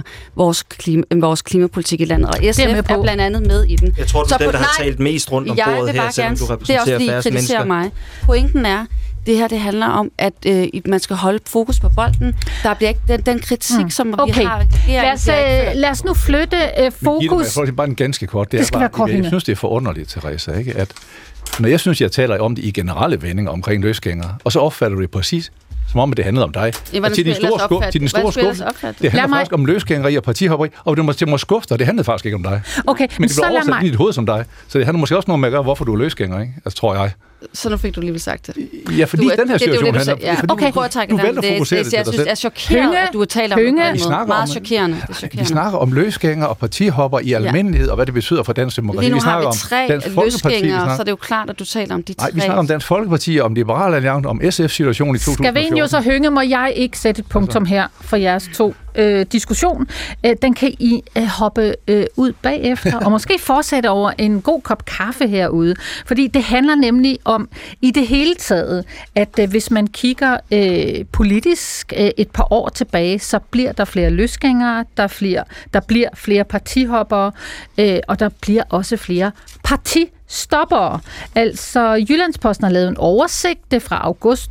vores klimapolitik i landet, og SF er blandt andet med i den. Jeg tror, du er den, der har talt mest rundt om bordet her, selvom du repræsenterer færrest mennesker. Mig. Pointen er, det her det handler om, at man skal holde fokus på bolden. Der bliver ikke den kritik, som vi har. Lad os nu flytte fokus. Det er bare en ganske kort. Det skal være kort. Jeg synes, det er forunderligt, Theresa, ikke? At når jeg synes, jeg taler om det i generelle vendinger omkring løsgængere, og så opfatter du det præcis som om, det handlede om dig. Til din store skuffe. Det handler faktisk om løsgængeri og partihopperi, og det må skuffe dig. Det handlede faktisk ikke om dig. Okay, men det bliver oversat i dit hoved som dig. Så det handler måske også noget med at gøre, hvorfor du er løsgænger, ikke? Altså, tror jeg. Så nu fik du lige sagt det. Ja, fordi den her situation handler... Ja. Okay, prøv at trække den. Jeg synes, det er chokerende, at du har talt om det på den måde. Meget chokerende. Vi snakker om løsgængere og partihopper i almindelighed, og hvad det betyder for dansk demokrati. Lige nu har vi 3 løsgængere, så det er jo klart, at du taler om de 3. Nej, vi snakker om Dansk Folkeparti, om Liberale Alliance, om SF-situationen i 2014. Scavenius og Hønge, må jeg ikke sætte et punktum her for jeres to diskussion. Den kan I hoppe ud bagefter, og måske fortsætte over en god kop kaffe herude. Fordi det handler nemlig om i det hele taget, at hvis man kigger politisk et par år tilbage, så bliver der flere løsgængere, der bliver flere partihoppere, og der bliver også flere partistoppere. Altså, Jyllandsposten har lavet en oversigt fra august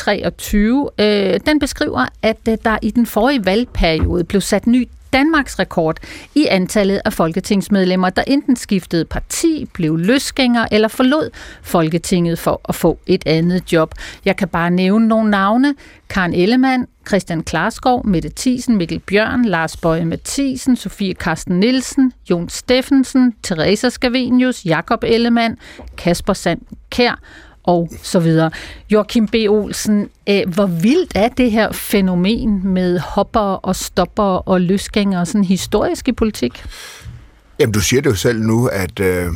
2023. Den beskriver, at der i den forrige valgperiode blev sat ny Danmarks rekord i antallet af folketingsmedlemmer, der enten skiftede parti, blev løsgængere eller forlod Folketinget for at få et andet job. Jeg kan bare nævne nogle navne. Karen Ellemann, Christian Klarskov, Mette Thiesen, Mikkel Bjørn, Lars Boje Mathiesen, Sofie Carsten Nielsen, Jon Steffensen, Theresa Scavenius, Jakob Ellemann, Kasper Sand Kjær og så videre. Joachim B. Olsen, hvor vildt er det her fænomen med hopper og stopper og løsgængere, sådan historisk i politik? Jamen, du siger det jo selv nu, at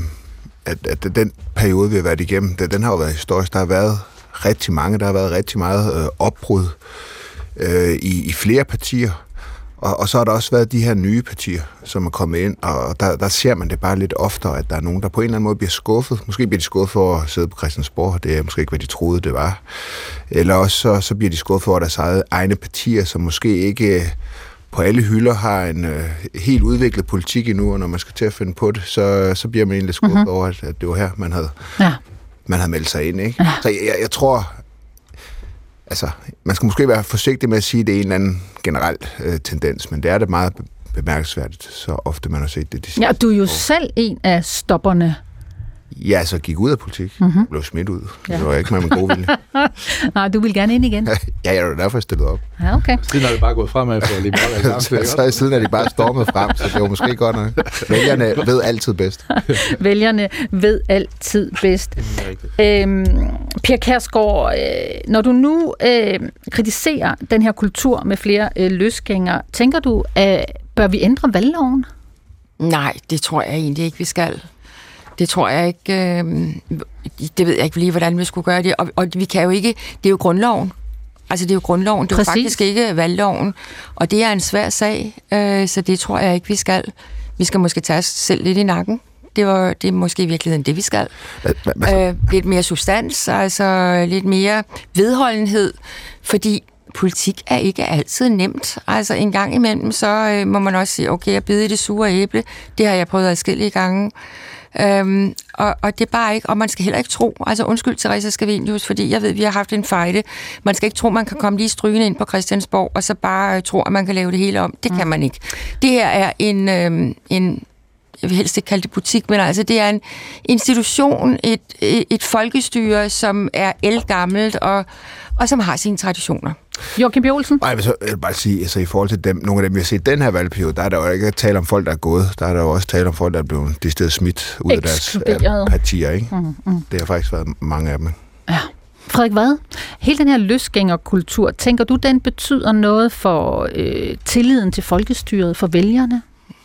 den periode, vi har været igennem, den har jo været historisk. Der har været rigtig mange, der har været rigtig meget opbrud i flere partier. Og så har der også været de her nye partier, som er kommet ind, og der ser man det bare lidt oftere, at der er nogen, der på en eller anden måde bliver skuffet. Måske bliver de skuffet for at sidde på Christiansborg, det er måske ikke, hvad de troede, det var. Eller også så bliver de skuffet for deres egne partier, som måske ikke på alle hylder har en helt udviklet politik endnu, og når man skal til at finde på det, så bliver man egentlig skuffet over, at det var her, man havde meldt sig ind. Ikke? Ja. Så jeg tror... Altså, man skal måske være forsigtig med at sige, at det er en eller anden generel tendens, men det er det meget bemærkelsesværdigt, så ofte man har set det. Ja, du er jo selv en af stopperne. Ja, så gik ud af politik. Blev smidt ud. Ja. Det var ikke med min gode vilje. Nej, du vil gerne ind igen. Ja, jeg var derfor stillet op. Ja, okay. Siden er det bare gået fremad for Liberale Alliance. Så i siden er de bare stormet frem, så det var måske godt nok. Vælgerne ved altid bedst. Vælgerne ved altid bedst. Pia Kjærsgaard, når du nu kritiserer den her kultur med flere løsgængere, tænker du, bør vi ændre valgloven? Nej, det tror jeg egentlig ikke, vi skal. Det tror jeg ikke. Det ved jeg ikke lige, hvordan vi skulle gøre det. Og vi kan jo ikke. Det er jo grundloven. Altså, det er jo grundloven. Det er jo faktisk ikke valgloven. Og det er en svær sag. Så det tror jeg ikke, vi skal. Vi skal måske tage os selv lidt i nakken. Det er måske i virkeligheden det, vi skal. Lidt mere substans, altså lidt mere vedholdenhed. Fordi politik er ikke altid nemt. Altså en gang imellem, så må man også sige, okay, jeg bider i det sure æble. Det har jeg prøvet adskillige gange. Og det er bare ikke, og man skal heller ikke tro, altså undskyld Theresa Scavenius, fordi jeg ved, vi har haft en fejde. Man skal ikke tro, man kan komme lige strygende ind på Christiansborg, og så bare tro, at man kan lave det hele om. Det kan man ikke. Det her er en jeg vil helst ikke kalde det butik, men altså det er en institution, et folkestyre, som er ældgammelt og som har sine traditioner. Joachim B. Olsen? Nej, jeg vil bare sige, altså i forhold til nogle af dem, vi har set den her valgperiode, der er der jo ikke tale om folk, der er gået. Der er der jo også tale om folk, der er blevet decideret smidt ud af deres partier, ikke? Det har faktisk været mange af dem. Ja. Frederik, hvad? Hele den her løsgængerkultur, tænker du, den betyder noget for tilliden til folkestyret, for vælgerne?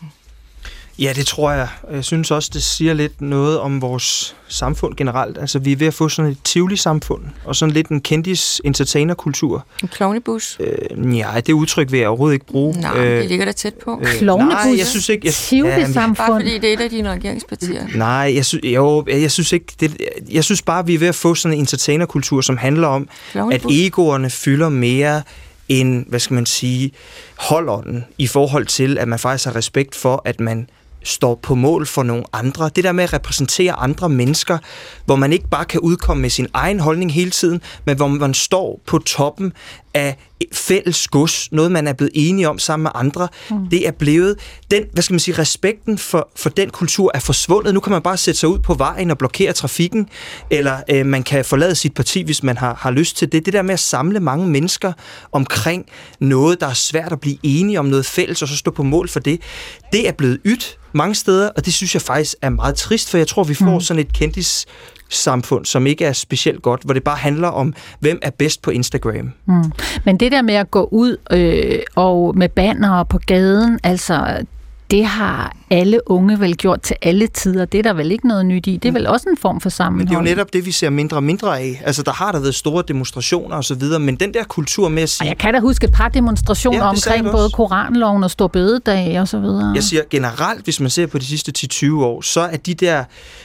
Ja, det tror jeg. Jeg synes også, det siger lidt noget om vores samfund generelt. Altså, vi er ved at få sådan et Tivoli-samfund, og sådan lidt en kendis-entertainer-kultur. En klovnebus? Nej, det udtryk vil jeg overhovedet ikke bruge. Nej, det ligger der tæt på. Klovnebus? Nej, jeg synes ikke... Tivoli-samfund? Bare fordi det er et af dine regeringspartier. Nej, jeg synes ikke... Jeg synes bare, vi er ved at få sådan en entertainer-kultur, som handler om, at egoerne fylder mere end, hvad skal man sige, holdånden i forhold til, at man faktisk har respekt for, at man står på mål for nogle andre. Det der med at repræsentere andre mennesker, hvor man ikke bare kan udkomme med sin egen holdning hele tiden, men hvor man står på toppen af fælles gods, noget man er blevet enige om sammen med andre. Det er blevet, den, hvad skal man sige, respekten for den kultur er forsvundet. Nu kan man bare sætte sig ud på vejen og blokere trafikken, eller man kan forlade sit parti, hvis man har lyst til det. Det der med at samle mange mennesker omkring noget, der er svært at blive enige om, noget fælles, og så stå på mål for det, det er blevet ydt mange steder, og det synes jeg faktisk er meget trist, for jeg tror, vi får sådan et kendis-samfund, som ikke er specielt godt, hvor det bare handler om, hvem er bedst på Instagram. Men det der med at gå ud og med bannere på gaden, altså det har alle unge vel gjort til alle tider. Det er der vel ikke noget nyt i. Det er vel også en form for sammenhold. Men det er jo netop det, vi ser mindre og mindre af. Altså, der har der været store demonstrationer og så videre, men den der kultur med at sige... Og jeg kan da huske et par demonstrationer omkring både Koranloven og Store Bededag og så videre. Jeg siger generelt, hvis man ser på de sidste 10-20 år, så er de der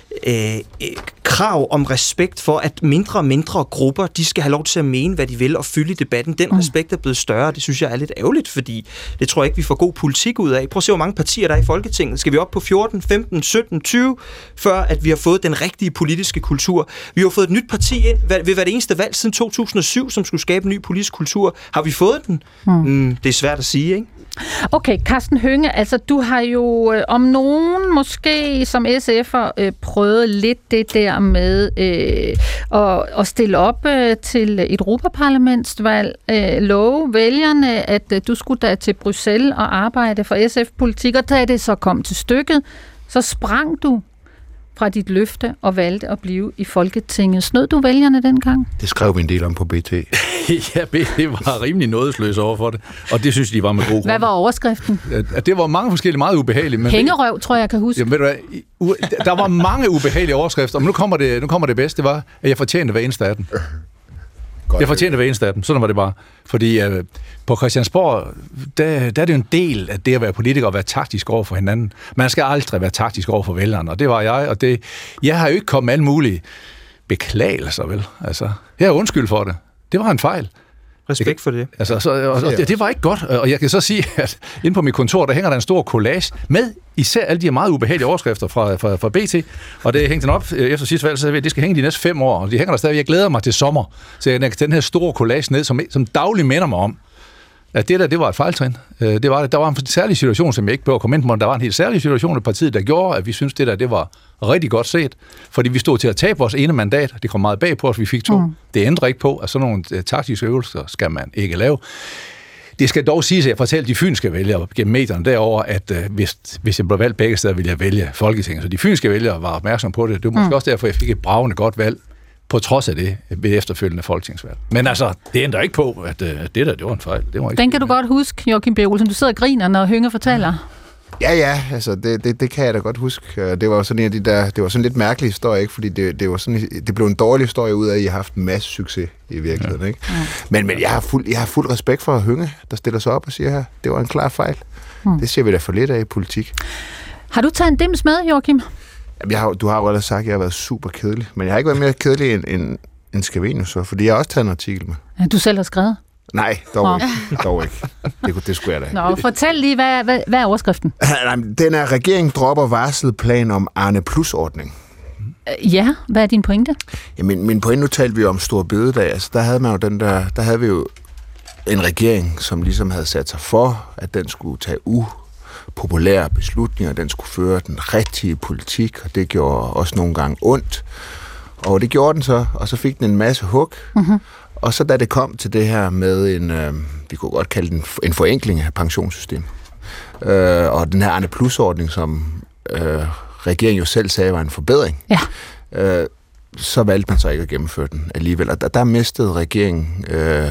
krav om respekt for, at mindre og mindre grupper, de skal have lov til at mene, hvad de vil og fylde i debatten. Den respekt er blevet større, det synes jeg er lidt ærgerligt, fordi det tror jeg ikke, vi får god politik ud af. Prøv at se, hvor mange partier der er i Folketinget. Skal vi op på 14, 15, 17, 20, før at vi har fået den rigtige politiske kultur? Vi har fået et nyt parti ind ved hvert eneste valg siden 2007, som skulle skabe en ny politisk kultur. Har vi fået den? Det er svært at sige, ikke? Okay, Karsten Hønge, altså du har jo om nogen måske som SF'er prøvet lidt det der med at stille op til et europaparlamentsvalg, love vælgerne, at du skulle da til Bruxelles og arbejde for SF-politik, og da det så kom til stykket, så sprang du fra dit løfte og valgte at blive i Folketinget. Snød du vælgerne dengang? Det skrev vi en del om på BT. Ja, BT var rimelig nådesløs over for det, og det synes de var med god grund. Hvad var overskriften? Det var mange forskellige, meget ubehagelige. Men Hængerøv, tror jeg kan huske. Jamen, ved du hvad, der var mange ubehagelige overskrifter, men nu kommer det bedste, det var, at jeg fortjente hver eneste af dem. Jeg fortjente hver eneste af dem, sådan var det bare. Fordi på Christiansborg, der er det jo en del af det at være politiker og være taktisk over for hinanden. Man skal aldrig være taktisk over for vælgerne, og det var jeg, og jeg har jo ikke kommet med alle mulige beklagelser, vel? Altså, jeg er undskyld for det. Det var en fejl. Respekt for det. Altså, og det var ikke godt, og jeg kan så sige, at inde på mit kontor, der hænger der en stor collage med især alle de meget ubehagelige overskrifter fra BT, og det hængte den op efter sidste valg, så det skal hænge de næste 5 år, og de hænger der stadig. Jeg glæder mig til sommer, så jeg kan den her store collage ned, som dagligt minder mig om, at det var et fejltrin. Der var en særlig situation, som jeg ikke behøver at komme ind på, der var en helt særlig situation i partiet, der gjorde, at vi synes det var rigtig godt set, fordi vi stod til at tabe vores ene mandat. Det kom meget bag på os, vi fik 2. Det ændrer ikke på, at sådan nogle taktiske øvelser skal man ikke lave. Det skal dog siges, at jeg fortalte de fynske vælgere gennem medierne derover, at hvis jeg blev valgt begge steder, ville jeg vælge Folketinget. Så de fynske vælgere var opmærksom på det. Det var måske også derfor, jeg fik et bragende godt valg, på trods af det, ved efterfølgende folketingsvalg. Men altså, det ændrer ikke på, at det var en fejl. Det var ikke den kan du godt huske, Joachim B. Olsen. Du sidder og griner, når Hønge fortæller. Ja, altså det kan jeg da godt huske. Det var sådan en af de der, det var sådan lidt mærkelig historie, ikke? Fordi det var sådan, det blev en dårlig historie ud af, at I har haft en masse succes i virkeligheden, ikke? Ja. Men jeg har fuld respekt for Hønge, der stiller sig op og siger her, det var en klar fejl. Det ser vi da for lidt af i politik. Har du taget en dims med, Joachim? Jamen, du har jo sagt, at jeg har været super kedelig, men jeg har ikke været mere kedelig end Scavenius, så, fordi jeg har også taget en artikel med. Ja, du selv har skrevet? Nej, dog ikke. Det skulle jeg da. Nå, fortæl lige, hvad er overskriften? Den er, regeringen dropper varslet plan om Arne Plus-ordning. Ja, hvad er din pointe? Ja, min pointe, nu talte vi om Store Bededag. Altså, der havde vi jo en regering, som ligesom havde sat sig for, at den skulle tage upopulære beslutninger, den skulle føre den rigtige politik, og det gjorde også nogle gange ondt. Og det gjorde den så, og så fik den en masse hug. Mm-hmm. Og så da det kom til det her med vi kunne godt kalde den en forenkling af pensionssystemet, og den her Arne Plus-ordning, som regeringen jo selv sagde var en forbedring, så valgte man så ikke at gennemføre den alligevel. Og der mistede regeringen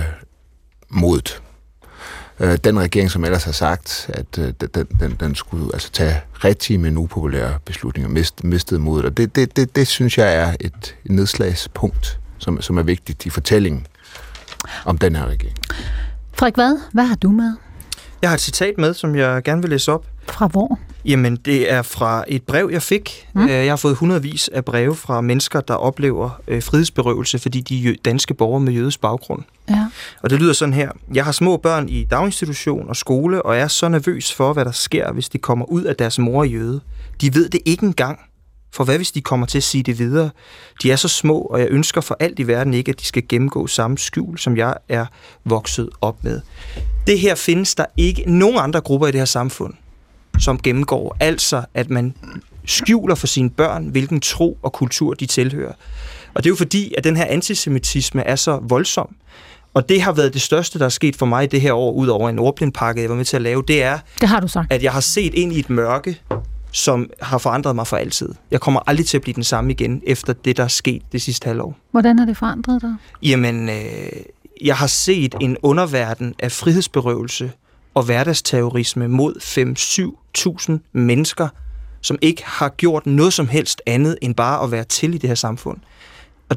modet. Den regering, som ellers har sagt, at den skulle altså tage rigtige, men upopulære beslutninger, mistede modet. Og det synes jeg er et nedslagspunkt, som er vigtigt i fortællingen om den her regering. Frederik Vad, hvad har du med? Jeg har et citat med, som jeg gerne vil læse op. Fra hvor? Jamen, det er fra et brev, jeg fik. Jeg har fået hundredvis af breve fra mennesker, der oplever frihedsberøvelse, fordi de er danske borgere med jødisk baggrund. Ja. Og det lyder sådan her. Jeg har små børn i daginstitution og skole, og er så nervøs for, hvad der sker, hvis de kommer ud af deres mor jøde. De ved det ikke engang. For hvad hvis de kommer til at sige det videre? De er så små, og jeg ønsker for alt i verden ikke, at de skal gennemgå samme skjul, som jeg er vokset op med. Det her findes der ikke nogen andre grupper i det her samfund, som gennemgår. Altså, at man skjuler for sine børn, hvilken tro og kultur de tilhører. Og det er jo fordi, at den her antisemitisme er så voldsom. Og det har været det største, der er sket for mig i det her år, ud over en ordblindpakke, jeg var med til at lave, det er, det har du sagt, at jeg har set ind i et mørke, som har forandret mig for altid. Jeg kommer aldrig til at blive den samme igen, efter det, der er sket det sidste halvår. Hvordan har det forandret dig? Jamen, jeg har set en underverden af frihedsberøvelse og hverdagsterrorisme mod 5-7.000 mennesker, som ikke har gjort noget som helst andet, end bare at være til i det her samfund. Og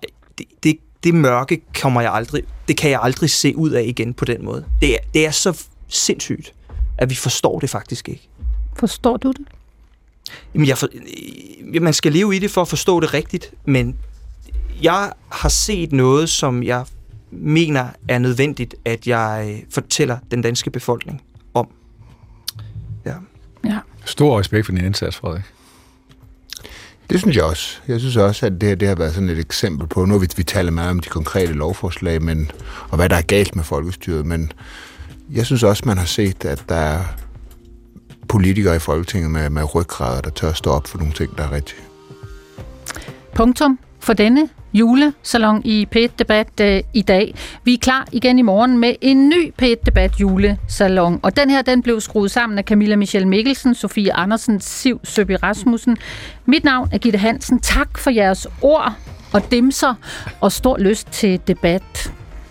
det mørke kan jeg aldrig se ud af igen på den måde. Det er så sindssygt, at vi forstår det faktisk ikke. Forstår du det? Jamen, man skal leve i det for at forstå det rigtigt, men jeg har set noget, som jeg mener er nødvendigt, at jeg fortæller den danske befolkning om. Ja. Stor respekt for din indsats, Frederik. Det synes jeg også. Jeg synes også, at det har været sådan et eksempel på, nu vi taler meget om de konkrete lovforslag, og hvad der er galt med folkestyret, men jeg synes også, man har set, at der er politikere i Folketinget med ryggrader, der tør stå op for nogle ting, der er rigtige. Punktum for denne julesalon i P1-debat i dag. Vi er klar igen i morgen med en ny P1-debat julesalon. Og den her, den blev skruet sammen af Camilla Michelle Mikkelsen, Sofie Andersen, Siv Søby Rasmussen. Mit navn er Gitte Hansen. Tak for jeres ord og dimser og stor lyst til debat.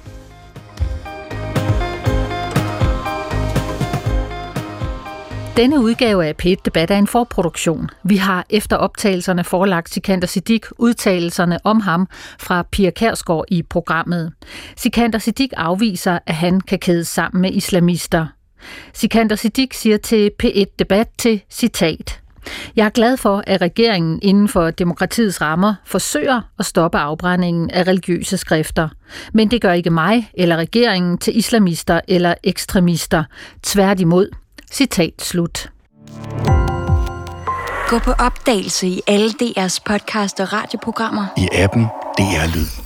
Denne udgave af P1-debat er en forproduktion. Vi har efter optagelserne forelagt Sikander Siddique udtalelserne om ham fra Pia Kjærsgaard i programmet. Sikander Siddique afviser, at han kan kædes sammen med islamister. Sikander Siddique siger til P1-debat til citat: Jeg er glad for, at regeringen inden for demokratiets rammer forsøger at stoppe afbrændingen af religiøse skrifter. Men det gør ikke mig eller regeringen til islamister eller ekstremister. Tværtimod. Citat slut. Gå på opdagelse i alle DR's podcast og radioprogrammer. I appen DR Lyd.